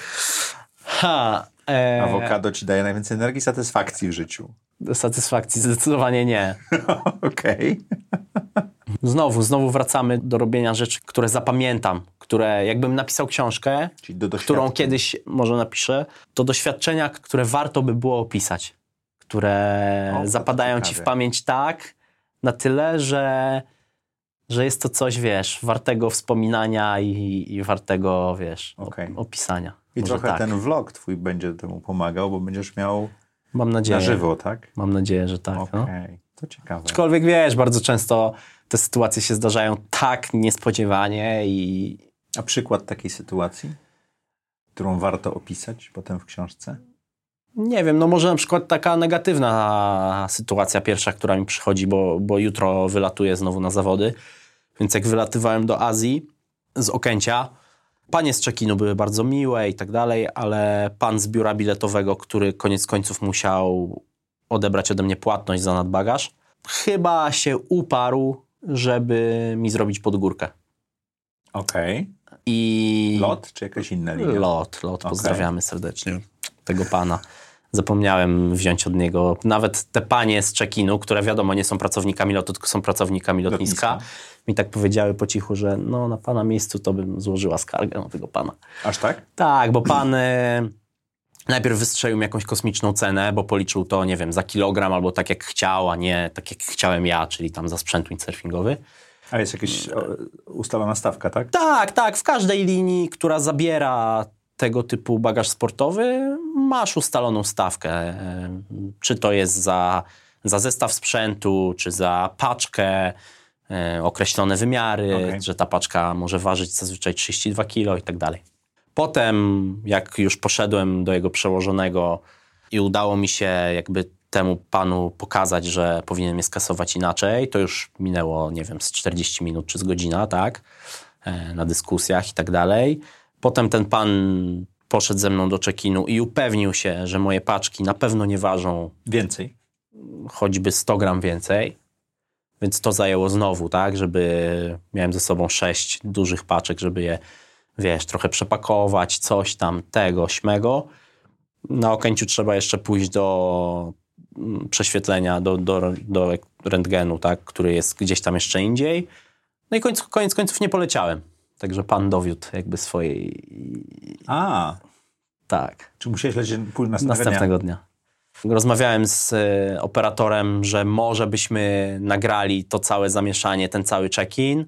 S2: Ha, e...
S1: Awokado ci daje najwięcej energii, satysfakcji w życiu?
S2: Satysfakcji zdecydowanie nie.
S1: Okej. Okay.
S2: Znowu, znowu wracamy do robienia rzeczy, które zapamiętam, które jakbym napisał książkę,
S1: czyli do
S2: którą kiedyś może napiszę, to doświadczenia, które warto by było opisać, które o, zapadają ci w pamięć tak, na tyle, że, że jest to coś, wiesz, wartego wspominania i, i wartego, wiesz, okay. opisania.
S1: I
S2: może
S1: trochę
S2: tak.
S1: ten vlog twój będzie temu pomagał, bo będziesz miał
S2: Mam nadzieję.
S1: na żywo, tak?
S2: Mam nadzieję, że tak.
S1: Okej, okay.
S2: No.
S1: To ciekawe.
S2: Aczkolwiek wiesz, bardzo często te sytuacje się zdarzają tak niespodziewanie i...
S1: A przykład takiej sytuacji, którą warto opisać potem w książce?
S2: Nie wiem, no może na przykład taka negatywna sytuacja pierwsza, która mi przychodzi, bo, bo jutro wylatuję znowu na zawody, więc jak wylatywałem do Azji z Okęcia, panie z check-inu były bardzo miłe i tak dalej, ale pan z biura biletowego, który koniec końców musiał odebrać ode mnie płatność za nadbagaż, chyba się uparł, żeby mi zrobić podgórkę.
S1: Okej. Okay.
S2: I...
S1: Lot czy jakaś inna linia?
S2: Lot, lot. Pozdrawiamy okay. serdecznie tego pana. Zapomniałem wziąć od niego nawet te panie z check-inu, które wiadomo nie są pracownikami lotu, tylko są pracownikami lotniska. lotniska. Mi tak powiedziały po cichu, że no na pana miejscu to bym złożyła skargę na tego pana.
S1: Aż tak?
S2: Tak, bo pan y, najpierw wystrzelił mi jakąś kosmiczną cenę, bo policzył to, nie wiem, za kilogram albo tak jak chciał, a nie tak jak chciałem ja, czyli tam za sprzęt windsurfingowy.
S1: A jest jakaś ustalona stawka, tak?
S2: Tak, tak. W każdej linii, która zabiera tego typu bagaż sportowy, masz ustaloną stawkę. Czy to jest za, za zestaw sprzętu, czy za paczkę, e, określone wymiary, okay. że ta paczka może ważyć zazwyczaj trzydzieści dwa kilo i tak dalej. Potem, jak już poszedłem do jego przełożonego i udało mi się jakby temu panu pokazać, że powinien mnie skasować inaczej, to już minęło, nie wiem, z czterdzieści minut czy z godzina, tak, e, na dyskusjach i tak dalej. Potem ten pan poszedł ze mną do check-inu i upewnił się, że moje paczki na pewno nie ważą
S1: więcej,
S2: choćby sto gram więcej, więc to zajęło znowu, tak, żeby miałem ze sobą sześć dużych paczek, żeby je, wiesz, trochę przepakować, coś tam, tego, śmego. Na Okęciu trzeba jeszcze pójść do prześwietlenia, do, do, do rentgenu, tak, który jest gdzieś tam jeszcze indziej. No i koniec, koniec końców nie poleciałem. Także pan dowiódł jakby swojej...
S1: A,
S2: tak.
S1: Czy musiałeś lecieć następnego,
S2: następnego dnia? dnia. Rozmawiałem z y, operatorem, że może byśmy nagrali to całe zamieszanie, ten cały check-in,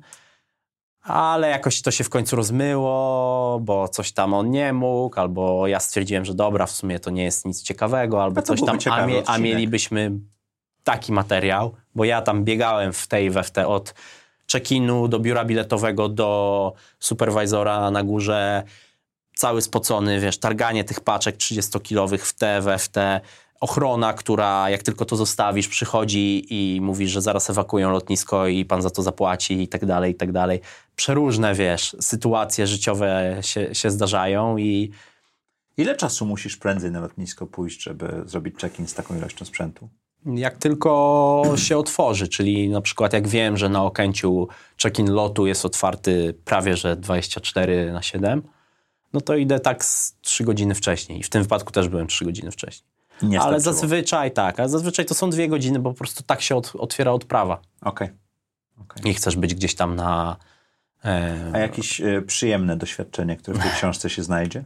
S2: ale jakoś to się w końcu rozmyło, bo coś tam on nie mógł, albo ja stwierdziłem, że dobra, w sumie to nie jest nic ciekawego, albo coś tam, a, mie, a mielibyśmy taki materiał, bo ja tam biegałem w tej we w te od check-inu do biura biletowego, do superwajzora na górze, cały spocony, wiesz, targanie tych paczek trzydziestokilowych w te, we w te, ochrona, która jak tylko to zostawisz, przychodzi i mówi, że zaraz ewakuują lotnisko i pan za to zapłaci i tak dalej, i tak dalej. Przeróżne, wiesz, sytuacje życiowe się, się zdarzają i...
S1: Ile czasu musisz prędzej na lotnisko pójść, żeby zrobić check-in z taką ilością sprzętu?
S2: Jak tylko się otworzy, czyli na przykład jak wiem, że na Okęciu check-in lotu jest otwarty prawie, że dwadzieścia cztery na siedem, no to idę tak z trzy godziny wcześniej. I w tym wypadku też byłem trzy godziny wcześniej.
S1: Nie
S2: ale
S1: starczyło.
S2: zazwyczaj tak, ale zazwyczaj to są dwie godziny, bo po prostu tak się od, otwiera odprawa.
S1: Okej. Okay.
S2: Nie chcesz być gdzieś tam na... E...
S1: A jakieś e, przyjemne doświadczenie, które w tej książce się znajdzie?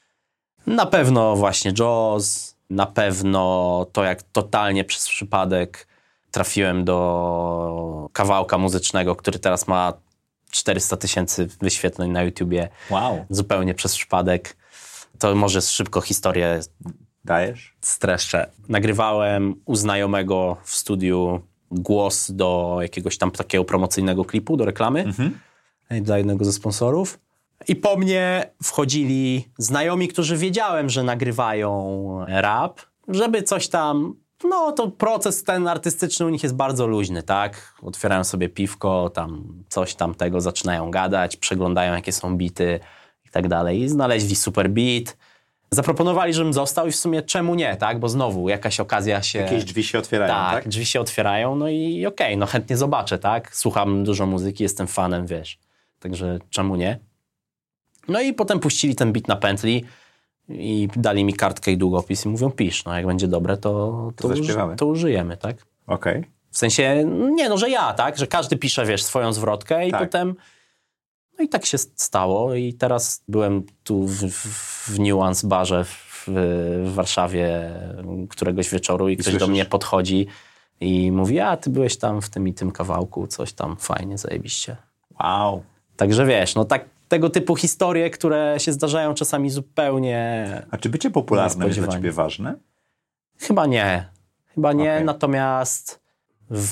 S2: Na pewno właśnie Jaws, na pewno to, jak totalnie przez przypadek trafiłem do kawałka muzycznego, który teraz ma czterysta tysięcy wyświetleń na YouTubie.
S1: Wow.
S2: Zupełnie przez przypadek. To może szybko historię
S1: dajesz?
S2: Streszczę. Nagrywałem u znajomego w studiu głos do jakiegoś tam takiego promocyjnego klipu, do reklamy mhm. dla jednego ze sponsorów. I po mnie wchodzili znajomi, którzy wiedziałem, że nagrywają rap, żeby coś tam... No to proces ten artystyczny u nich jest bardzo luźny, tak? Otwierają sobie piwko, tam coś tam tego, zaczynają gadać, przeglądają jakie są bity i tak dalej. I znaleźli super beat. Zaproponowali, żebym został i w sumie czemu nie, tak? Bo znowu jakaś okazja się...
S1: Jakieś drzwi się otwierają, tak?
S2: Tak, drzwi się otwierają, no i okej, okay, no chętnie zobaczę, tak? Słucham dużo muzyki, jestem fanem, wiesz. Także czemu nie? No i potem puścili ten beat na pętli i dali mi kartkę i długopis i mówią, pisz, no jak będzie dobre, to, to,
S1: to,
S2: uży, to użyjemy, tak?
S1: Okej. Okay.
S2: W sensie, nie no, że ja, tak? Że każdy pisze, wiesz, swoją zwrotkę i tak. Potem... No i tak się stało i teraz byłem tu w, w Nuance barze w, w Warszawie któregoś wieczoru i, I ktoś słyszysz? do mnie podchodzi i mówi, a ty byłeś tam w tym i tym kawałku, coś tam fajnie, zajebiście.
S1: Wow.
S2: Także wiesz, no tak tego typu historie, które się zdarzają czasami zupełnie...
S1: A czy bycie popularnym jest dla ciebie ważne?
S2: Chyba nie. Chyba nie,
S1: okay.
S2: Natomiast w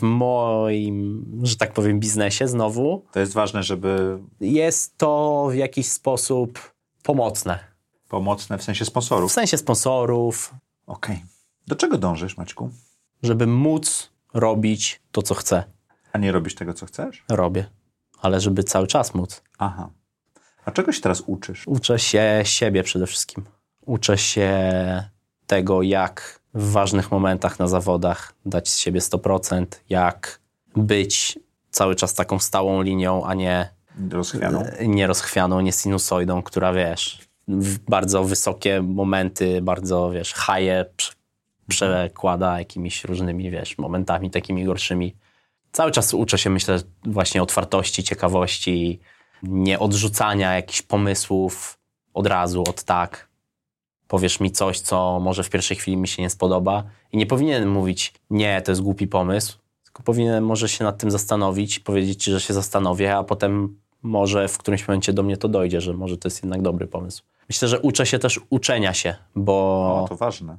S2: moim, że tak powiem, biznesie znowu...
S1: To jest ważne, żeby...
S2: Jest to w jakiś sposób pomocne.
S1: Pomocne w sensie sponsorów?
S2: W sensie sponsorów.
S1: Okej. Okay. Do czego dążysz, Maćku?
S2: Żeby móc robić to, co chcę.
S1: A nie robisz tego, co chcesz?
S2: Robię. Ale żeby cały czas móc.
S1: Aha. A czego się teraz uczysz?
S2: Uczę się siebie przede wszystkim. Uczę się tego, jak w ważnych momentach na zawodach dać z siebie sto procent, jak być cały czas taką stałą linią, a nie
S1: rozchwianą,
S2: nie rozchwianą, nie sinusoidą, która, wiesz, w bardzo wysokie momenty, bardzo, wiesz, haje prze- przekłada jakimiś różnymi, wiesz, momentami takimi gorszymi. Cały czas uczę się, myślę, właśnie otwartości, ciekawości, nie odrzucania jakichś pomysłów od razu, od tak. Powiesz mi coś, co może w pierwszej chwili mi się nie spodoba i nie powinienem mówić, nie, to jest głupi pomysł, tylko powinienem może się nad tym zastanowić, powiedzieć ci, że się zastanowię, a potem może w którymś momencie do mnie to dojdzie, że może to jest jednak dobry pomysł. Myślę, że uczę się też uczenia się, bo...
S1: O, to ważne.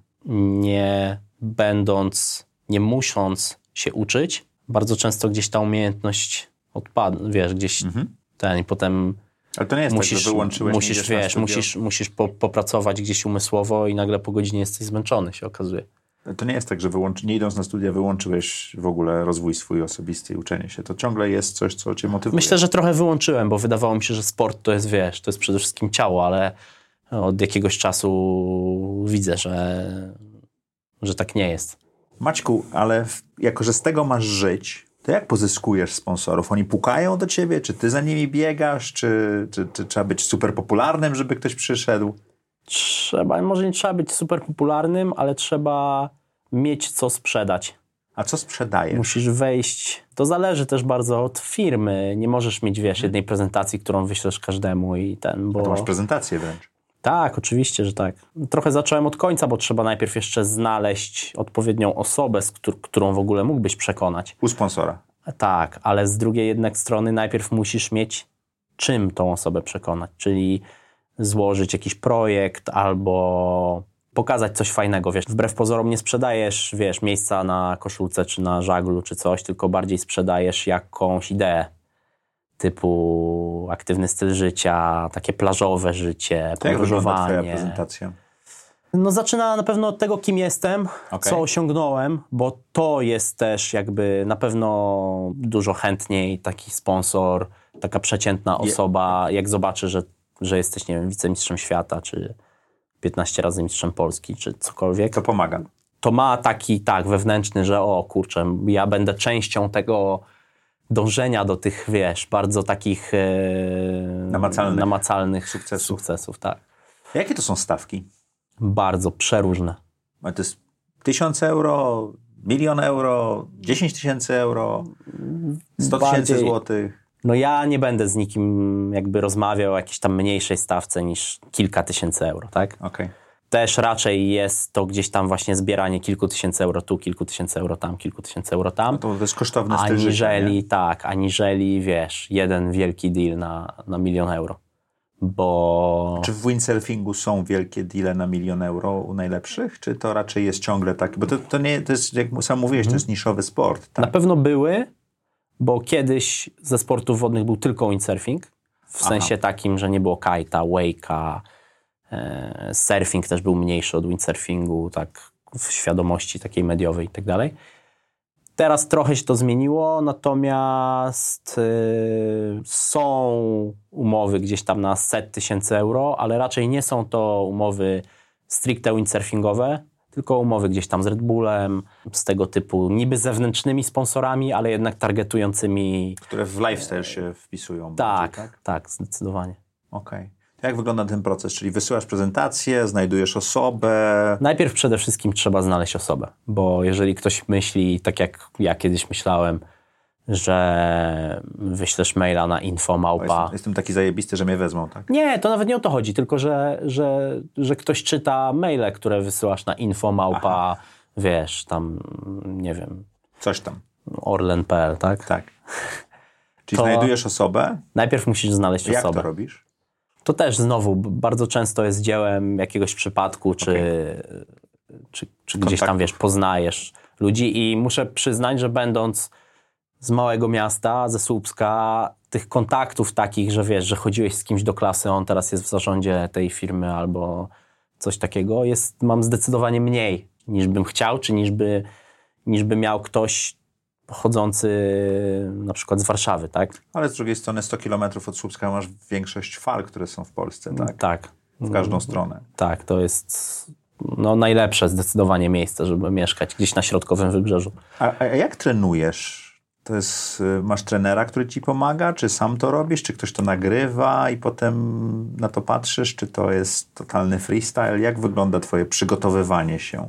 S2: Nie będąc, nie musząc się uczyć, bardzo często gdzieś ta umiejętność odpada, wiesz, gdzieś mhm. ten i potem...
S1: Ale to nie jest
S2: musisz,
S1: tak, że wyłączyłeś,
S2: musisz, wiesz, musisz, musisz po, popracować gdzieś umysłowo i nagle po godzinie jesteś zmęczony, się okazuje.
S1: To nie jest tak, że wyłączy, nie idąc na studia wyłączyłeś w ogóle rozwój swój osobisty i uczenie się. To ciągle jest coś, co cię motywuje.
S2: Myślę, że trochę wyłączyłem, bo wydawało mi się, że sport to jest, wiesz, to jest przede wszystkim ciało, ale od jakiegoś czasu widzę, że, że tak nie jest.
S1: Maćku, ale w, jako, że z tego masz żyć, to jak pozyskujesz sponsorów? Oni pukają do ciebie? Czy ty za nimi biegasz? Czy, czy, czy trzeba być super popularnym, żeby ktoś przyszedł?
S2: Trzeba, może nie trzeba być super popularnym, ale trzeba mieć co sprzedać.
S1: A co sprzedajesz?
S2: Musisz wejść, to zależy też bardzo od firmy. Nie możesz mieć, wiesz, jednej prezentacji, którą wyślesz każdemu i ten, bo...
S1: A to masz prezentację wręcz.
S2: Tak, oczywiście, że tak. Trochę zacząłem od końca, bo trzeba najpierw jeszcze znaleźć odpowiednią osobę, z któr- którą w ogóle mógłbyś przekonać.
S1: U sponsora.
S2: Tak, ale z drugiej jednak strony najpierw musisz mieć czym tą osobę przekonać, czyli złożyć jakiś projekt albo pokazać coś fajnego, wiesz, wbrew pozorom nie sprzedajesz, wiesz, miejsca na koszulce czy na żaglu czy coś, tylko bardziej sprzedajesz jakąś ideę typu aktywny styl życia, takie plażowe życie,
S1: To jak wygląda twoja
S2: podróżowanie.
S1: prezentacja?
S2: No zaczyna na pewno od tego, kim jestem,
S1: Okay.
S2: co osiągnąłem, bo to jest też jakby na pewno dużo chętniej taki sponsor, taka przeciętna osoba, jak zobaczy, że, że jesteś, nie wiem, wicemistrzem świata, czy piętnaście razy mistrzem Polski, czy cokolwiek.
S1: To pomaga.
S2: To ma taki, tak, wewnętrzny, że o kurczę, ja będę częścią tego dążenia do tych, wiesz, bardzo takich e,
S1: namacalnych,
S2: namacalnych
S1: sukcesów.
S2: sukcesów, tak.
S1: Jakie to są stawki?
S2: Bardzo przeróżne.
S1: A to jest tysiąc euro, milion euro, dziesięć tysięcy euro, sto tysięcy złotych?
S2: No ja nie będę z nikim jakby rozmawiał o jakiejś tam mniejszej stawce niż kilka tysięcy euro, tak?
S1: Okay.
S2: Też raczej jest to gdzieś tam właśnie zbieranie kilku tysięcy euro tu, kilku tysięcy euro tam, kilku tysięcy euro tam.
S1: No to jest kosztowne styl życia,
S2: Aniżeli,
S1: nie?
S2: tak, aniżeli, wiesz, jeden wielki deal na, na milion euro. Bo...
S1: Czy w windsurfingu są wielkie deale na milion euro u najlepszych? Czy to raczej jest ciągle tak? Bo to, to nie, to jest, jak sam mówiłeś, to jest niszowy sport. Tak?
S2: Na pewno były, bo kiedyś ze sportów wodnych był tylko windsurfing. W
S1: Aha.
S2: sensie takim, że nie było kite'a, wake'a. E, surfing też był mniejszy od windsurfingu, tak w świadomości takiej mediowej i tak dalej. Teraz trochę się to zmieniło, natomiast y, są umowy gdzieś tam na set tysięcy euro, ale raczej nie są to umowy stricte windsurfingowe, tylko umowy gdzieś tam z Red Bullem, z tego typu niby zewnętrznymi sponsorami, ale jednak targetującymi...
S1: Które w lifestyle się wpisują.
S2: Tak,
S1: bardziej, tak,
S2: tak, zdecydowanie.
S1: Okej. Okay. Jak wygląda ten proces? Czyli wysyłasz prezentację, znajdujesz osobę...
S2: Najpierw przede wszystkim trzeba znaleźć osobę, bo jeżeli ktoś myśli, tak jak ja kiedyś myślałem, że wyślesz maila na info małpa...
S1: Jestem, jestem taki zajebisty, że mnie wezmą, tak?
S2: Nie, to nawet nie o to chodzi, tylko że, że, że ktoś czyta maile, które wysyłasz na info małpa, wiesz, tam, nie wiem...
S1: Coś tam.
S2: orlen kropka p l, tak?
S1: Tak. Czyli
S2: To
S1: znajdujesz osobę?
S2: Najpierw musisz znaleźć
S1: Jak
S2: osobę.
S1: to robisz?
S2: To też znowu bardzo często jest dziełem jakiegoś przypadku, czy, okay. czy, czy gdzieś tam, wiesz, poznajesz ludzi i muszę przyznać, że będąc z małego miasta, ze Słupska, tych kontaktów takich, że wiesz, że chodziłeś z kimś do klasy, on teraz jest w zarządzie tej firmy albo coś takiego, jest, mam zdecydowanie mniej niż bym chciał, czy niż by, niż by miał ktoś pochodzący na przykład z Warszawy, tak?
S1: Ale z drugiej strony sto kilometrów od Słupska masz większość fal, które są w Polsce, tak?
S2: Tak.
S1: W każdą stronę.
S2: Tak, to jest no, najlepsze zdecydowanie miejsce, żeby mieszkać gdzieś na środkowym wybrzeżu.
S1: A, a jak trenujesz? To jest, masz trenera, który ci pomaga? Czy sam to robisz? Czy ktoś to nagrywa i potem na to patrzysz? Czy to jest totalny freestyle? Jak wygląda twoje przygotowywanie się?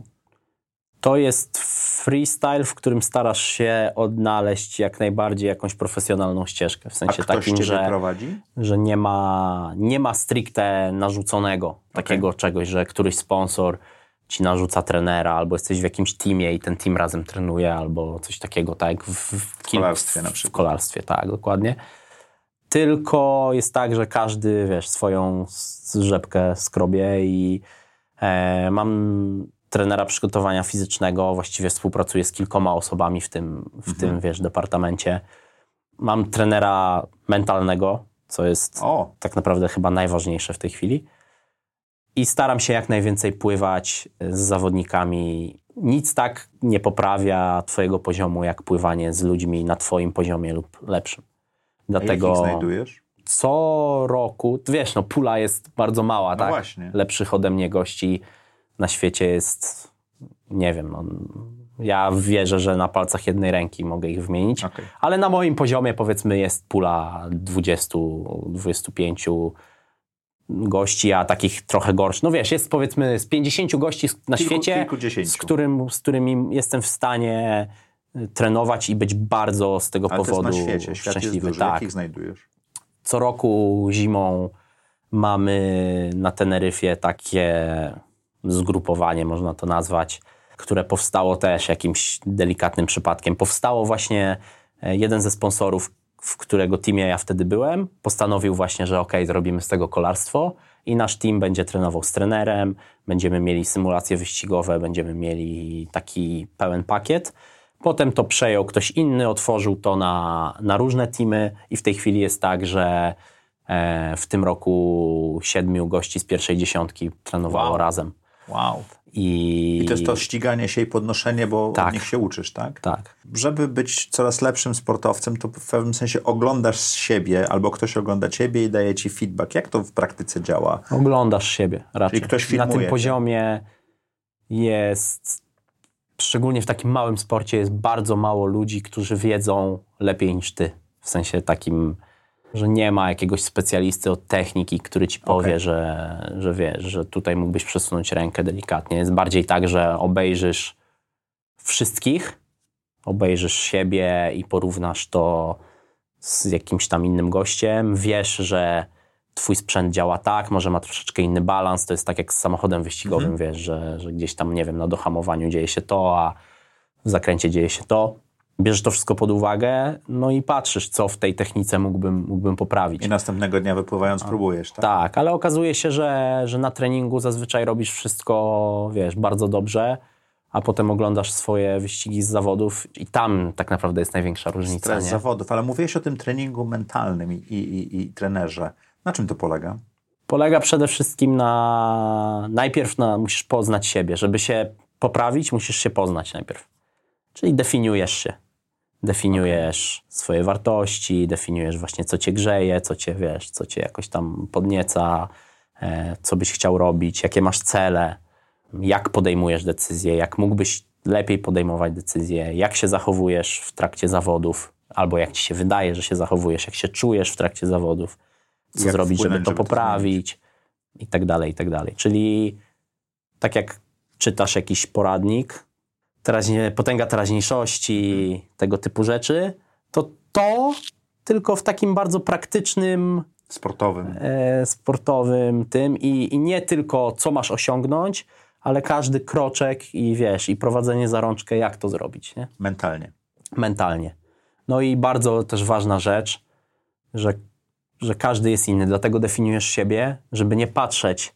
S2: To jest freestyle, w którym starasz się odnaleźć jak najbardziej jakąś profesjonalną ścieżkę. W sensie
S1: A ktoś
S2: takim,
S1: cię
S2: że,
S1: prowadzi?
S2: że nie ma, nie ma stricte narzuconego okay. takiego czegoś, że któryś sponsor ci narzuca trenera, albo jesteś w jakimś teamie i ten team razem trenuje, albo coś takiego, tak? W, w,
S1: w kolarstwie na przykład.
S2: W kolarstwie, tak, dokładnie. Tylko jest tak, że każdy, wiesz, swoją rzepkę skrobie i e, mam trenera przygotowania fizycznego, właściwie współpracuję z kilkoma osobami w tym, w mhm. tym wiesz, departamencie. Mam trenera mentalnego, co jest o. tak naprawdę chyba najważniejsze w tej chwili. I staram się jak najwięcej pływać z zawodnikami. Nic tak nie poprawia twojego poziomu, jak pływanie z ludźmi na twoim poziomie lub lepszym. Dlatego
S1: a jakich znajdujesz?
S2: Co roku, wiesz, no pula jest bardzo mała,
S1: no
S2: tak?
S1: Właśnie.
S2: Lepszych ode mnie gości na świecie jest, nie wiem, no, ja wierzę, że na palcach jednej ręki mogę ich wymienić, okay. ale na moim poziomie powiedzmy jest pula dwudziestu, dwudziestu pięciu gości, a takich trochę gorszych. No wiesz, jest powiedzmy z pięćdziesięciu gości na
S1: Kilku,
S2: świecie, z, którym, z którymi jestem w stanie trenować i być bardzo z tego
S1: ale
S2: powodu
S1: to jest na świecie. Świat
S2: szczęśliwy.
S1: Jest duży.
S2: Tak.
S1: Jakich znajdujesz?
S2: Co roku zimą Mamy na Teneryfie takie zgrupowanie, można to nazwać, które powstało też jakimś delikatnym przypadkiem. Powstało właśnie jeden ze sponsorów, w którego teamie ja wtedy byłem, postanowił właśnie, że okej, zrobimy z tego kolarstwo i nasz team będzie trenował z trenerem, będziemy mieli symulacje wyścigowe, będziemy mieli taki pełen pakiet. Potem to przejął ktoś inny, otworzył to na, na różne teamy i w tej chwili jest tak, że e, w tym roku siedmiu gości z pierwszej dziesiątki trenowało
S1: Wow.
S2: razem.
S1: Wow.
S2: I...
S1: I to jest to ściganie się i podnoszenie, bo
S2: Tak.
S1: od nich się uczysz, tak?
S2: Tak.
S1: Żeby być coraz lepszym sportowcem, to w pewnym sensie oglądasz siebie, albo ktoś ogląda ciebie i daje ci feedback. Jak to w praktyce działa?
S2: Oglądasz siebie raczej.
S1: Czyli ktoś
S2: Na
S1: filmuje.
S2: tym poziomie jest, szczególnie w takim małym sporcie, jest bardzo mało ludzi, którzy wiedzą lepiej niż ty. W sensie takim, że nie ma jakiegoś specjalisty od techniki, który ci powie,
S1: Okay.
S2: że, że wiesz, że tutaj mógłbyś przesunąć rękę delikatnie. Jest bardziej tak, że obejrzysz wszystkich, obejrzysz siebie i porównasz to z jakimś tam innym gościem. Wiesz, że twój sprzęt działa tak, może ma troszeczkę inny balans. To jest tak jak z samochodem wyścigowym,
S1: Mhm.
S2: wiesz, że, że gdzieś tam, nie wiem, na dohamowaniu dzieje się to, a w zakręcie dzieje się to. Bierzesz to wszystko pod uwagę, no i patrzysz, co w tej technice mógłbym, mógłbym poprawić.
S1: I następnego dnia wypływając próbujesz, tak?
S2: Tak, ale okazuje się, że, że na treningu zazwyczaj robisz wszystko, wiesz, bardzo dobrze, a potem oglądasz swoje wyścigi z zawodów i tam tak naprawdę jest największa różnica.
S1: Stres
S2: Nie?
S1: zawodów, ale mówiłeś o tym treningu mentalnym i, i, i, i trenerze. Na czym to polega?
S2: Polega przede wszystkim na... Najpierw na, musisz poznać siebie. Żeby się poprawić, musisz się poznać najpierw. Czyli definiujesz się. Definiujesz okay. swoje wartości, definiujesz właśnie, co cię grzeje, co cię, wiesz, co cię jakoś tam podnieca, e, co byś chciał robić, jakie masz cele, jak podejmujesz decyzje, jak mógłbyś lepiej podejmować decyzje, jak się zachowujesz w trakcie zawodów, albo jak ci się wydaje, że się zachowujesz, jak się czujesz w trakcie zawodów, co
S1: jak
S2: zrobić, żeby
S1: wpłynąć,
S2: to
S1: żeby to
S2: poprawić i tak dalej, i tak dalej. Czyli tak jak czytasz jakiś poradnik, teraźnie, potęga teraźniejszości, hmm. tego typu rzeczy, to to tylko w takim bardzo praktycznym,
S1: sportowym,
S2: e, sportowym tym i, i nie tylko co masz osiągnąć, ale każdy kroczek i wiesz, i prowadzenie za rączkę, jak to zrobić, nie?
S1: Mentalnie.
S2: Mentalnie. No i bardzo też ważna rzecz, że, że każdy jest inny, dlatego definiujesz siebie, żeby nie patrzeć,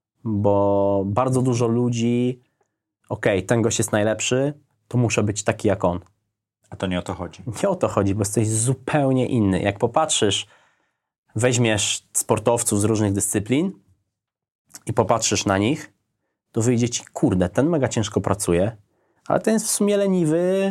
S2: bo bardzo dużo ludzi okej, okay, ten gość jest najlepszy, to muszę być taki jak on.
S1: A to nie o to chodzi.
S2: Nie o to chodzi, bo jesteś zupełnie inny. Jak popatrzysz, weźmiesz sportowców z różnych dyscyplin i popatrzysz na nich, to wyjdzie ci, kurde, ten mega ciężko pracuje, ale ten jest w sumie leniwy,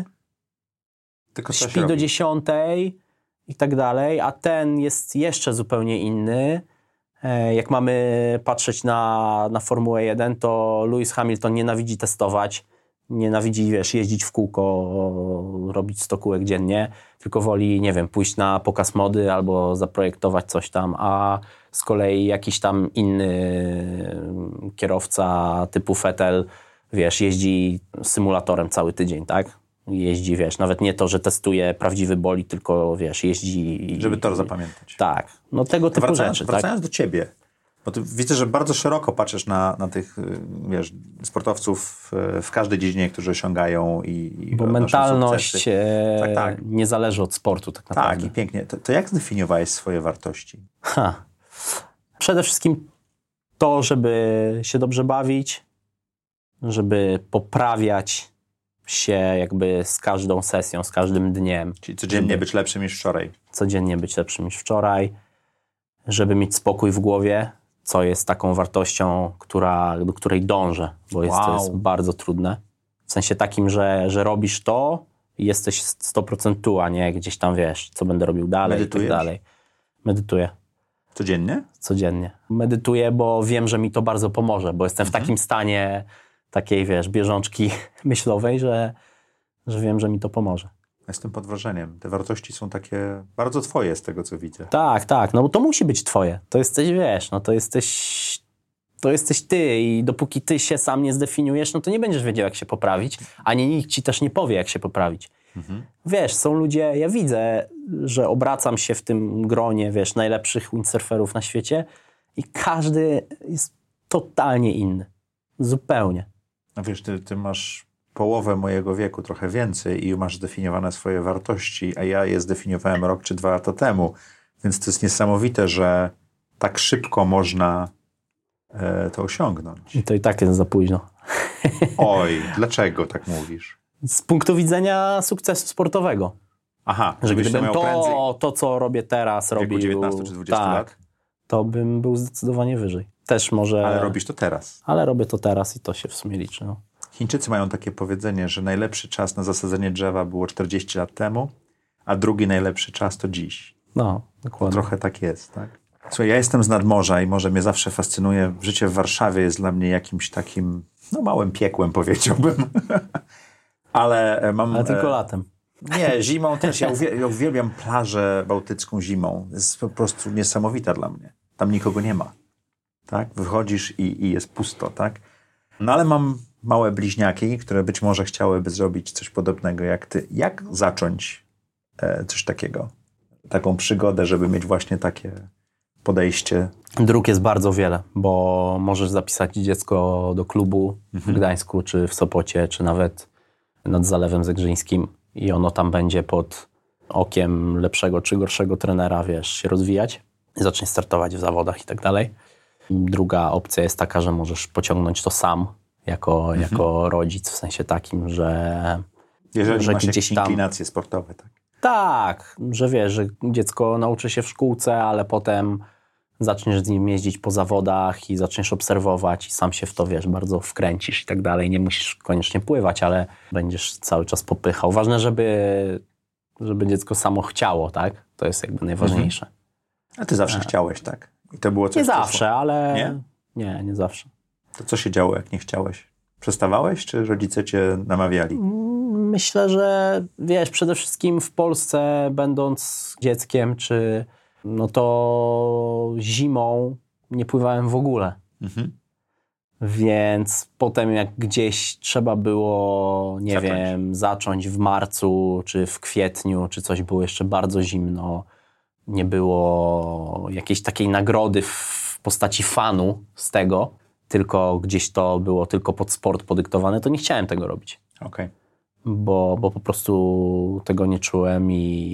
S1: tylko
S2: śpi do dziesiątej i tak dalej, a ten jest jeszcze zupełnie inny. Jak mamy patrzeć na, na Formułę jeden, to Lewis Hamilton nienawidzi testować, nienawidzi, wiesz, jeździć w kółko, robić sto kółek dziennie, tylko woli, nie wiem, pójść na pokaz mody albo zaprojektować coś tam, a z kolei jakiś tam inny kierowca typu Vettel, wiesz, jeździ symulatorem cały tydzień, tak? Jeździ, wiesz, nawet nie to, że testuje prawdziwy bolid, tylko, wiesz, jeździ...
S1: Żeby tor zapamiętać.
S2: Tak, no tego typu
S1: wracając,
S2: rzeczy.
S1: Wracając
S2: tak?
S1: do ciebie, bo ty widzę, że bardzo szeroko patrzysz na, na tych, wiesz, sportowców w każdej dziedzinie, którzy osiągają i, i
S2: bo mentalność e, tak, tak. nie zależy od sportu tak naprawdę.
S1: Tak, i pięknie. To, to jak zdefiniowałeś swoje wartości?
S2: Ha. Przede wszystkim to, żeby się dobrze bawić, żeby poprawiać się jakby z każdą sesją, z każdym dniem.
S1: Czyli codziennie być lepszym niż wczoraj.
S2: Codziennie być lepszym niż wczoraj, żeby mieć spokój w głowie, co jest taką wartością, która, do której dążę, bo jest, wow. to jest bardzo trudne. W sensie takim, że, że robisz to i jesteś sto procent tu, a nie gdzieś tam wiesz, co będę robił dalej i tak dalej. Medytuję.
S1: Codziennie?
S2: Codziennie. Medytuję, bo wiem, że mi to bardzo pomoże, bo jestem mhm. w takim stanie takiej, wiesz, bieżączki myślowej, że, że wiem, że mi to pomoże.
S1: Jestem pod wrażeniem. Te wartości są takie bardzo twoje z tego, co widzę.
S2: Tak, tak. No bo to musi być twoje. To jesteś, wiesz, no to jesteś, to jesteś ty i dopóki ty się sam nie zdefiniujesz, no to nie będziesz wiedział, jak się poprawić, ani nikt ci też nie powie, jak się poprawić. Mhm. Wiesz, są ludzie, ja widzę, że obracam się w tym gronie, wiesz, najlepszych windsurferów na świecie i każdy jest totalnie inny. Zupełnie.
S1: No wiesz, ty, ty masz połowę mojego wieku, trochę więcej i masz zdefiniowane swoje wartości, a ja je zdefiniowałem rok czy dwa lata temu. Więc to jest niesamowite, że tak szybko można e, to osiągnąć.
S2: I to i tak jest za późno.
S1: Oj, dlaczego tak mówisz?
S2: Z punktu widzenia sukcesu sportowego.
S1: Aha,
S2: Że
S1: żebyś to
S2: gdybym
S1: miał
S2: to,
S1: prędzej
S2: to, co robię teraz,
S1: w wieku
S2: robił...
S1: dziewiętnastu czy dwudziestu
S2: tak,
S1: lat?
S2: to bym był zdecydowanie wyżej. Też może...
S1: Ale robisz to teraz.
S2: Ale robię to teraz i to się w sumie liczy. No.
S1: Chińczycy mają takie powiedzenie, że najlepszy czas na zasadzenie drzewa było czterdzieści lat temu, a drugi najlepszy czas to dziś.
S2: No, dokładnie.
S1: Trochę tak jest, tak? Słuchaj, ja jestem z nadmorza i może mnie zawsze fascynuje. Życie w Warszawie jest dla mnie jakimś takim, no małym piekłem, powiedziałbym. Ale mam...
S2: Ale tylko latem.
S1: Nie, zimą też. Ja, uwiel- ja uwielbiam plażę bałtycką zimą. Jest po prostu niesamowita dla mnie. Tam nikogo nie ma. Tak? Wychodzisz i, i jest pusto, tak? No ale mam małe bliźniaki, które być może chciałyby zrobić coś podobnego jak ty. Jak zacząć e, coś takiego? Taką przygodę, żeby mieć właśnie takie podejście.
S2: Dróg jest bardzo wiele, bo możesz zapisać dziecko do klubu
S1: Mhm.
S2: w Gdańsku, czy w Sopocie, czy nawet nad Zalewem Zegrzyńskim i ono tam będzie pod okiem lepszego czy gorszego trenera, wiesz, się rozwijać i zacznie startować w zawodach i tak dalej. Druga opcja jest taka, że możesz pociągnąć to sam jako,
S1: Mhm.
S2: jako rodzic, w sensie takim, że,
S1: Jeżeli
S2: że
S1: masz
S2: gdzieś
S1: jakieś
S2: tam...
S1: inklinacje sportowe, tak?
S2: Tak, że wiesz, że dziecko nauczy się w szkółce, ale potem zaczniesz z nim jeździć po zawodach i zaczniesz obserwować i sam się w to, wiesz, bardzo wkręcisz i tak dalej. Nie musisz koniecznie pływać, ale będziesz cały czas popychał. Ważne, żeby, żeby dziecko samo chciało, tak? To jest jakby najważniejsze.
S1: A ty zawsze chciałeś, tak? I to było coś,
S2: Nie
S1: co
S2: zawsze,
S1: szło.
S2: ale...
S1: Nie?
S2: Nie, nie zawsze.
S1: To co się działo, jak nie chciałeś? Przestawałeś, czy rodzice cię namawiali?
S2: Myślę, że wiesz, przede wszystkim w Polsce, będąc dzieckiem, czy no to zimą nie pływałem w ogóle.
S1: Mhm.
S2: Więc potem jak gdzieś trzeba było, nie
S1: Zacząć.
S2: wiem, zacząć w marcu, czy w kwietniu, czy coś było jeszcze bardzo zimno, nie było jakiejś takiej nagrody w postaci fanu z tego, tylko gdzieś to było tylko pod sport podyktowane, to nie chciałem tego robić.
S1: Okej.
S2: Bo, bo po prostu tego nie czułem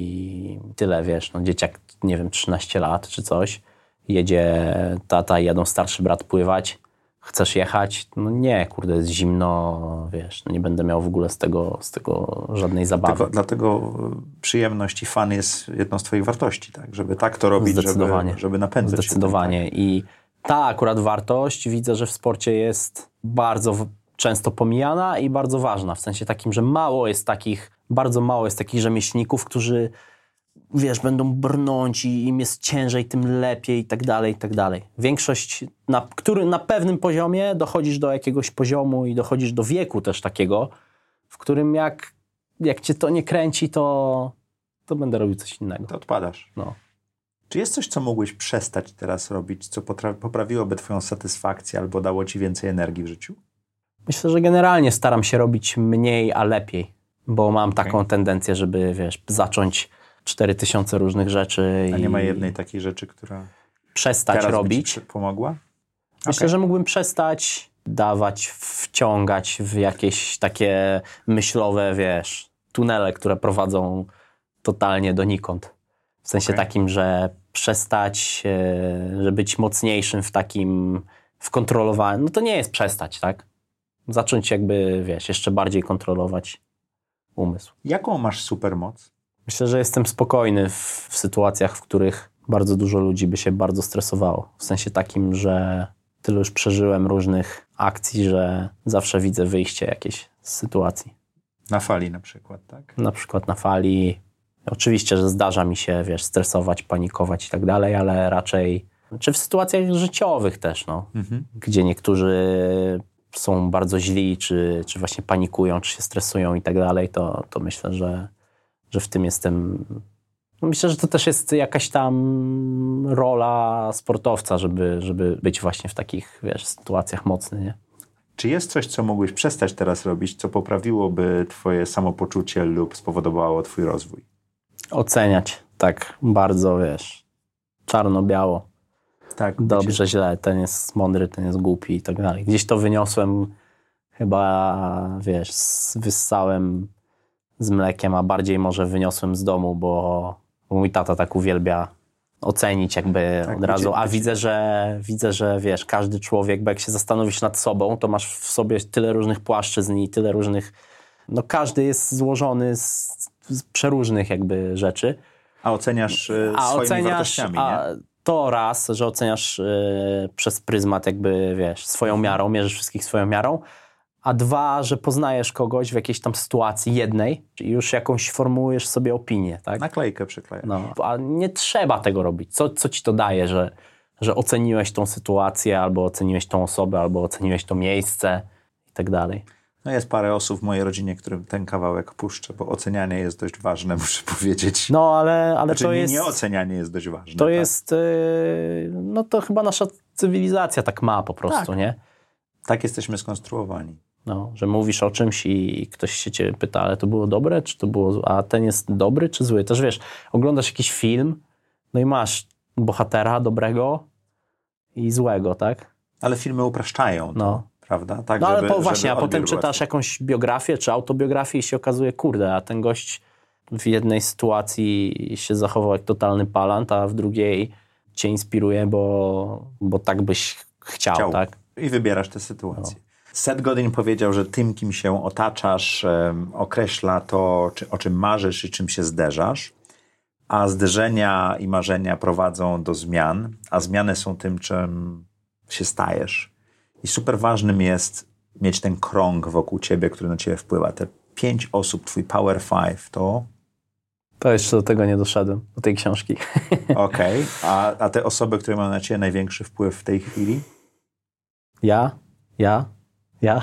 S2: i tyle, wiesz, no dzieciak, nie wiem, trzynaście lat czy coś, jedzie tata i jadą starszy brat pływać, chcesz jechać? No nie, kurde, jest zimno, wiesz, no nie będę miał w ogóle z tego, z tego żadnej zabawy.
S1: Dlatego, dlatego przyjemność i fan jest jedną z twoich wartości, tak? Żeby tak to robić,
S2: Zdecydowanie.
S1: żeby, żeby napędzać
S2: Zdecydowanie.
S1: się. tym,
S2: I ta akurat wartość widzę, że w sporcie jest bardzo w- często pomijana i bardzo ważna. W sensie takim, że mało jest takich, bardzo mało jest takich rzemieślników, którzy, wiesz, będą brnąć i im jest ciężej, tym lepiej i tak dalej, i tak dalej. Większość, na, który na pewnym poziomie dochodzisz do jakiegoś poziomu i dochodzisz do wieku też takiego, w którym jak, jak cię to nie kręci, to, to będę robił coś innego.
S1: To odpadasz.
S2: No.
S1: Czy jest coś, co mógłbyś przestać teraz robić, co potra- poprawiłoby twoją satysfakcję albo dało ci więcej energii w życiu?
S2: Myślę, że generalnie staram się robić mniej, a lepiej, bo mam
S1: Okej.
S2: taką tendencję, żeby, wiesz, zacząć cztery tysiące różnych rzeczy
S1: A
S2: i
S1: nie ma jednej takiej rzeczy, która
S2: przestać
S1: teraz by
S2: robić.
S1: ci pomogła?
S2: Myślę,
S1: Okej.
S2: że mógłbym przestać dawać, wciągać w jakieś takie myślowe, wiesz, tunele, które prowadzą totalnie donikąd. W sensie
S1: Okej.
S2: takim, że przestać, e, że być mocniejszym w takim, w kontrolowaniu. No to nie jest przestać, tak? Zacząć jakby, wiesz, jeszcze bardziej kontrolować umysł.
S1: Jaką masz supermoc?
S2: Myślę, że jestem spokojny w, w sytuacjach, w których bardzo dużo ludzi by się bardzo stresowało. W sensie takim, że tyle już przeżyłem różnych akcji, że zawsze widzę wyjście jakieś z sytuacji.
S1: Na fali na przykład, tak?
S2: Na przykład na fali. Oczywiście, że zdarza mi się, wiesz, stresować, panikować i tak dalej, ale raczej, czy w sytuacjach życiowych też, no,
S1: Mhm.
S2: gdzie niektórzy są bardzo źli, czy, czy właśnie panikują, czy się stresują i tak dalej, to, to myślę, że, że w tym jestem... No myślę, że to też jest jakaś tam rola sportowca, żeby, żeby być właśnie w takich, wiesz, sytuacjach mocny, nie?
S1: Czy jest coś, co mógłbyś przestać teraz robić, co poprawiłoby twoje samopoczucie lub spowodowało twój rozwój?
S2: Oceniać tak bardzo, wiesz, czarno-biało.
S1: Tak,
S2: dobrze,
S1: wiecie.
S2: źle, ten jest mądry, ten jest głupi i tak dalej. Gdzieś to wyniosłem chyba, wiesz, z- wyssałem z mlekiem, a bardziej może wyniosłem z domu, bo mój tata tak uwielbia ocenić jakby
S1: Tak,
S2: od razu,
S1: wiecie,
S2: a
S1: wiecie.
S2: widzę, że widzę, że wiesz, każdy człowiek, bo jak się zastanowisz nad sobą, to masz w sobie tyle różnych płaszczyzn i tyle różnych, no każdy jest złożony z, z przeróżnych jakby rzeczy.
S1: A oceniasz e,
S2: A
S1: swoimi
S2: oceniasz,
S1: wartościami,
S2: a
S1: nie?
S2: to raz, że oceniasz y, przez pryzmat jakby, wiesz, swoją miarą, mierzysz wszystkich swoją miarą, a dwa, że poznajesz kogoś w jakiejś tam sytuacji jednej i już jakąś formułujesz sobie opinię, tak?
S1: Naklejkę przyklejasz.
S2: No, a nie trzeba tego robić. Co, co ci to daje, że, że oceniłeś tą sytuację, albo oceniłeś tą osobę, albo oceniłeś to miejsce i tak dalej.
S1: No jest parę osób w mojej rodzinie, którym ten kawałek puszczę, bo ocenianie jest dość ważne, muszę powiedzieć.
S2: No, ale, ale
S1: Znaczy,
S2: to
S1: nie,
S2: jest...
S1: nie ocenianie jest dość ważne.
S2: To
S1: tak?
S2: jest, yy, no to chyba nasza cywilizacja tak ma po prostu,
S1: Tak.
S2: nie?
S1: Tak jesteśmy skonstruowani.
S2: No, że mówisz o czymś i ktoś się cię pyta, ale to było dobre, czy to było złe? A ten jest dobry, czy zły? Też wiesz, oglądasz jakiś film, no i masz bohatera dobrego i złego, tak?
S1: Ale filmy upraszczają to,
S2: No.
S1: prawda? Tak,
S2: No ale
S1: żeby,
S2: po,
S1: żeby
S2: właśnie, a
S1: odbiór
S2: potem
S1: był
S2: czytasz
S1: łatwy.
S2: jakąś biografię czy autobiografię i się okazuje, kurde, a ten gość w jednej sytuacji się zachował jak totalny palant, a w drugiej cię inspiruje, bo, bo tak byś chciał,
S1: Chciał.
S2: tak?
S1: I wybierasz tę sytuację. Seth Godin powiedział, że tym, kim się otaczasz, em, określa to, czy, o czym marzysz i czym się zderzasz, a zderzenia i marzenia prowadzą do zmian, a zmiany są tym, czym się stajesz. I super ważnym jest mieć ten krąg wokół ciebie, który na ciebie wpływa. Te pięć osób, twój Power Five, to
S2: To jeszcze do tego nie doszedłem, do tej książki.
S1: okej. A, a te osoby, które mają na ciebie największy wpływ w tej chwili?
S2: Ja, ja, ja.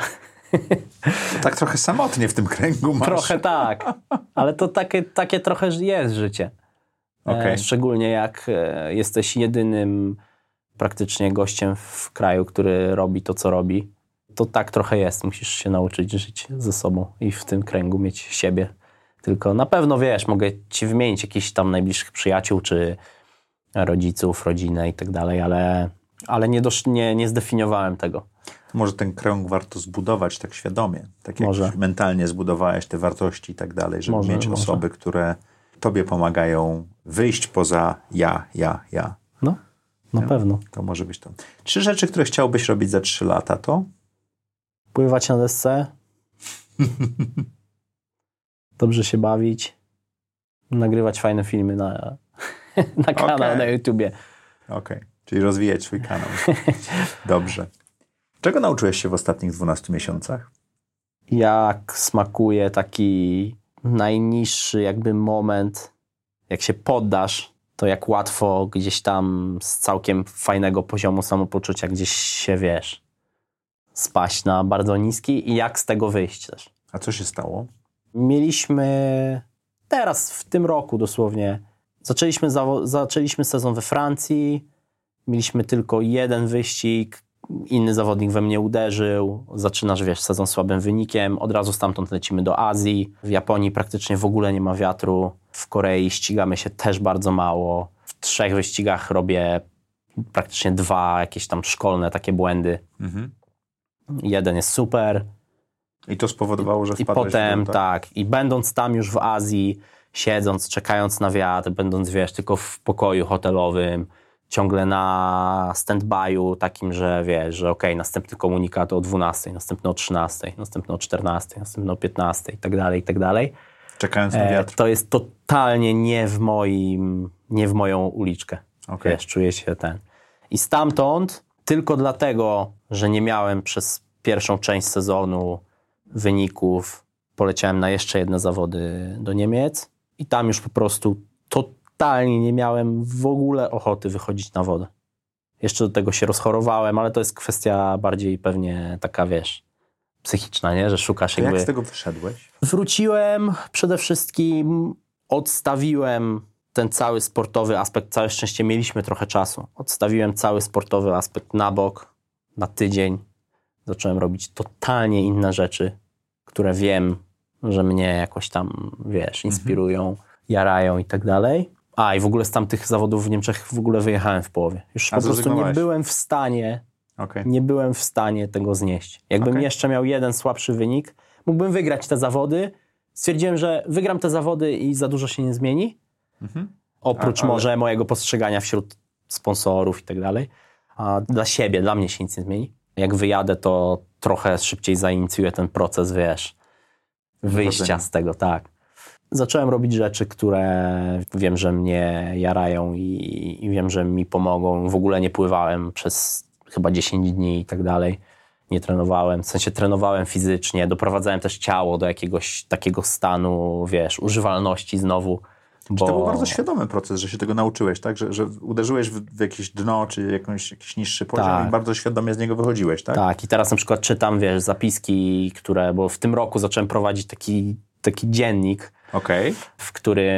S1: To tak trochę samotnie w tym kręgu masz.
S2: Trochę tak, ale to takie, takie trochę jest życie.
S1: Okej.
S2: E, szczególnie jak e, jesteś jedynym praktycznie gościem w kraju, który robi to, co robi. To tak trochę jest. Musisz się nauczyć żyć ze sobą i w tym kręgu mieć siebie. Tylko na pewno, wiesz, mogę ci wymienić jakichś tam najbliższych przyjaciół, czy rodziców, rodzinę i tak dalej, ale, ale nie, dosz, nie, nie zdefiniowałem tego.
S1: Może ten krąg warto zbudować tak świadomie, tak jak
S2: Może.
S1: mentalnie zbudowałeś te wartości i tak dalej, żeby
S2: Może,
S1: mieć
S2: może.
S1: osoby, które tobie pomagają wyjść poza ja, ja, ja.
S2: No, na pewno.
S1: To może być to. Trzy rzeczy, które chciałbyś robić za trzy lata, to?
S2: Pływać na desce. Dobrze się bawić. Nagrywać fajne filmy na, na kanał,
S1: Okej.
S2: na YouTubie.
S1: Okej, czyli rozwijać swój kanał. Dobrze. Czego nauczyłeś się w ostatnich dwunastu miesiącach?
S2: Jak smakuje taki najniższy jakby moment, jak się poddasz, to jak łatwo gdzieś tam z całkiem fajnego poziomu samopoczucia gdzieś się, wiesz, spaść na bardzo niski i jak z tego wyjść też.
S1: A co się stało?
S2: Mieliśmy teraz, w tym roku dosłownie, zaczęliśmy, zawo- zaczęliśmy sezon we Francji, mieliśmy tylko jeden wyścig, inny zawodnik we mnie uderzył, zaczynasz, wiesz, sezon słabym wynikiem, od razu stamtąd lecimy do Azji, w Japonii praktycznie w ogóle nie ma wiatru, w Korei ścigamy się też bardzo mało, w trzech wyścigach robię praktycznie dwa jakieś tam szkolne takie błędy,
S1: Mhm.
S2: jeden jest super,
S1: I to spowodowało, że
S2: i
S1: wpadłeś
S2: potem
S1: w dół,
S2: tak? i będąc tam już w Azji, siedząc, czekając na wiatr, będąc, wiesz, tylko w pokoju hotelowym, ciągle na stand-by'u takim, że wiesz, że okej, następny komunikat o dwunastej, następny o trzynastej, następny o czternastej, następny o piętnastej i tak dalej, i tak dalej.
S1: Czekając na
S2: E,
S1: wiatr.
S2: to jest totalnie nie w moim, nie w moją uliczkę.
S1: Okej.
S2: Wiesz, czuję się ten. I stamtąd, tylko dlatego, że nie miałem przez pierwszą część sezonu wyników, poleciałem na jeszcze jedne zawody do Niemiec i tam już po prostu totalnie nie miałem w ogóle ochoty wychodzić na wodę. Jeszcze do tego się rozchorowałem, ale to jest kwestia bardziej pewnie taka, wiesz, psychiczna, nie? Że szukasz
S1: To
S2: jakby...
S1: jak z tego wyszedłeś?
S2: Wróciłem, przede wszystkim odstawiłem ten cały sportowy aspekt, całe szczęście mieliśmy trochę czasu. Odstawiłem cały sportowy aspekt na bok, na tydzień. Zacząłem robić totalnie inne rzeczy, które wiem, że mnie jakoś tam, wiesz, inspirują, jarają i tak dalej. A, i w ogóle z tamtych zawodów w Niemczech w ogóle wyjechałem w połowie. Już
S1: A,
S2: po prostu nie
S1: zrezygnowałeś?
S2: byłem w stanie,
S1: Okay.
S2: nie byłem w stanie tego znieść. Jakbym
S1: Okay.
S2: jeszcze miał jeden słabszy wynik, mógłbym wygrać te zawody. Stwierdziłem, że wygram te zawody i za dużo się nie zmieni.
S1: Mhm.
S2: Oprócz
S1: A, ale...
S2: może mojego postrzegania wśród sponsorów i tak dalej. A dla siebie, dla mnie się nic nie zmieni. Jak wyjadę, to trochę szybciej zainicjuję ten proces, wiesz, wyjścia
S1: Wchodzenia.
S2: z tego, tak. Zacząłem robić rzeczy, które wiem, że mnie jarają i, i wiem, że mi pomogą. W ogóle nie pływałem przez chyba dziesięć dni i tak dalej. Nie trenowałem, w sensie trenowałem fizycznie, doprowadzałem też ciało do jakiegoś takiego stanu, wiesz, używalności znowu. Bo...
S1: To był bardzo świadomy proces, że się tego nauczyłeś, tak? Że, że uderzyłeś w, w jakieś dno, czy jakąś, jakiś niższy poziom
S2: Tak.
S1: i bardzo świadomie z niego wychodziłeś, tak?
S2: Tak, i teraz na przykład czytam, wiesz, zapiski, które, bo w tym roku zacząłem prowadzić taki, taki dziennik,
S1: Okej.
S2: w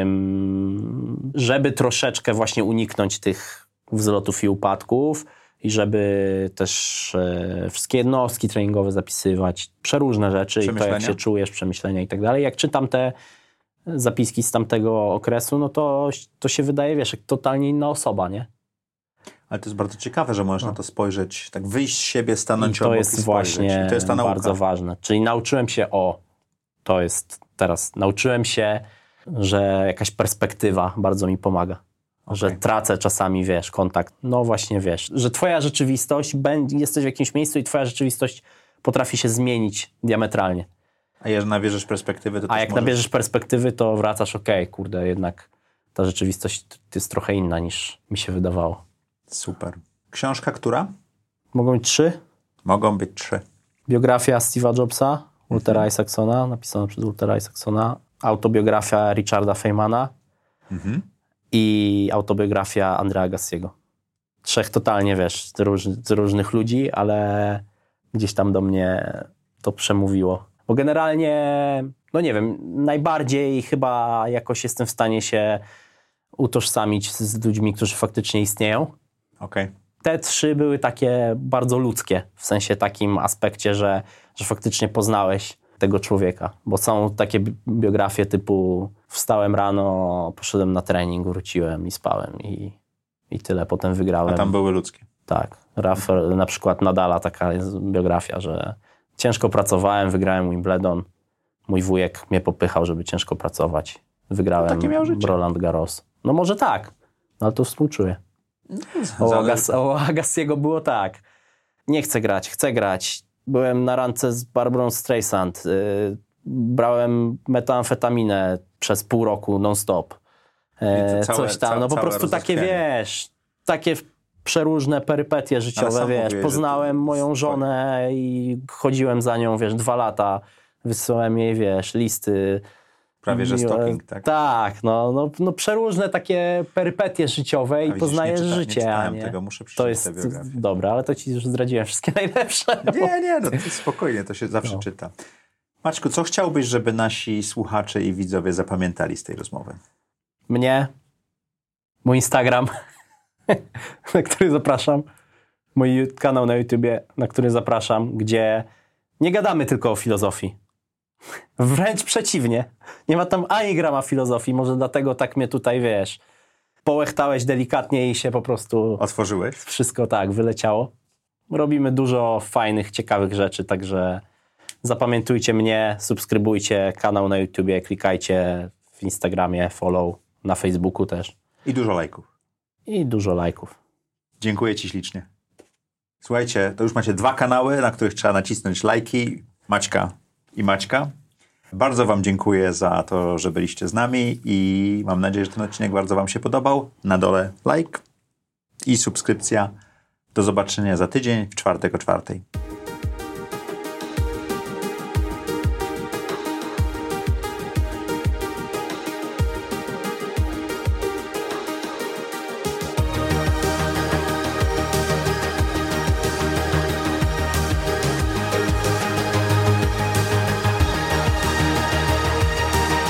S2: którym, żeby troszeczkę właśnie uniknąć tych wzlotów i upadków i żeby też e, wszystkie jednostki treningowe zapisywać, przeróżne rzeczy i to, jak
S1: Przemyślenia?
S2: się czujesz, przemyślenia i tak dalej. Jak czytam te zapiski z tamtego okresu, no to, to się wydaje, wiesz, jak totalnie inna osoba, nie?
S1: Ale to jest bardzo ciekawe, że możesz no. na to spojrzeć, tak wyjść z siebie, stanąć
S2: I to
S1: obok
S2: jest
S1: i spojrzeć.
S2: właśnie
S1: I to jest ta nauka.
S2: bardzo ważne. Czyli nauczyłem się, o, to jest teraz, nauczyłem się, że jakaś perspektywa bardzo mi pomaga. Okay. Że tracę czasami, wiesz, kontakt. No właśnie, wiesz, że twoja rzeczywistość, będzie, jesteś w jakimś miejscu i twoja rzeczywistość potrafi się zmienić diametralnie.
S1: A jak nabierzesz perspektywy, to
S2: A jak
S1: możesz...
S2: nabierzesz perspektywy, to wracasz, okej, okay, kurde, jednak ta rzeczywistość jest trochę inna niż mi się wydawało.
S1: Super. Książka która?
S2: Mogą być trzy?
S1: Mogą być trzy.
S2: Biografia Steve'a Jobsa, Waltera
S1: Mhm.
S2: Isaacsona, napisana przez Waltera Isaacsona. Autobiografia Richarda Feynmana
S1: Mhm.
S2: i autobiografia Andrea Agassiego. Trzech totalnie, wiesz, z, róż, z różnych ludzi, ale gdzieś tam do mnie to przemówiło. Bo generalnie, no nie wiem, najbardziej chyba jakoś jestem w stanie się utożsamić z ludźmi, którzy faktycznie istnieją.
S1: Okej. Okay.
S2: Te trzy były takie bardzo ludzkie, w sensie takim aspekcie, że, że faktycznie poznałeś tego człowieka. Bo są takie biografie typu wstałem rano, poszedłem na trening, wróciłem i spałem i, i tyle. Potem wygrałem.
S1: A tam były ludzkie.
S2: Tak. Rafael, na przykład Nadala, taka jest biografia, że ciężko pracowałem, wygrałem Wimbledon. Mój wujek mnie popychał, żeby ciężko pracować. Wygrałem
S1: takie miał życie.
S2: Roland Garros. No może tak, no ale to współczuję. O, Agas, o Agassiego było tak. Nie chcę grać, chcę grać. Byłem na randce z Barbarą Streisand. Yy, brałem metamfetaminę przez pół roku non-stop. Yy, całe, coś tam. Ca, no po prostu takie, wiesz, takie przeróżne perypetie życiowe, wiesz. Mówię, Poznałem moją żonę i chodziłem za nią, wiesz, dwa lata. Wysyłałem jej, wiesz, listy.
S1: Prawie, że stalking, tak?
S2: Tak, no, no, no przeróżne takie perypetie życiowe a i widzisz, poznajesz
S1: nie czyta,
S2: życie.
S1: Nie
S2: a nie.
S1: tego, muszę
S2: to jest dobra, ale to ci już zdradziłem wszystkie najlepsze.
S1: Nie, nie, no, to spokojnie, to się zawsze no. czyta. Maćku, co chciałbyś, żeby nasi słuchacze i widzowie zapamiętali z tej rozmowy?
S2: Mnie, mój Instagram, na który zapraszam, mój kanał na YouTubie, na który zapraszam, gdzie nie gadamy tylko o filozofii. Wręcz przeciwnie. Nie ma tam ani grama filozofii. Może dlatego tak mnie tutaj, wiesz, połechtałeś delikatnie i się po prostu...
S1: Otworzyłeś?
S2: Wszystko tak, wyleciało. Robimy dużo fajnych, ciekawych rzeczy, także zapamiętujcie mnie, subskrybujcie kanał na YouTubie, klikajcie w Instagramie, follow, na Facebooku też.
S1: I dużo lajków.
S2: I dużo lajków.
S1: Dziękuję ci ślicznie. Słuchajcie, to już macie dwa kanały, na których trzeba nacisnąć lajki. Maćka i Maćka. Bardzo wam dziękuję za to, że byliście z nami i mam nadzieję, że ten odcinek bardzo wam się podobał. Na dole like i subskrypcja. Do zobaczenia za tydzień w czwartek o czwartej.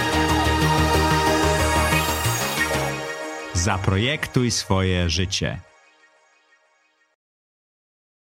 S3: Zaprojektuj swoje życie.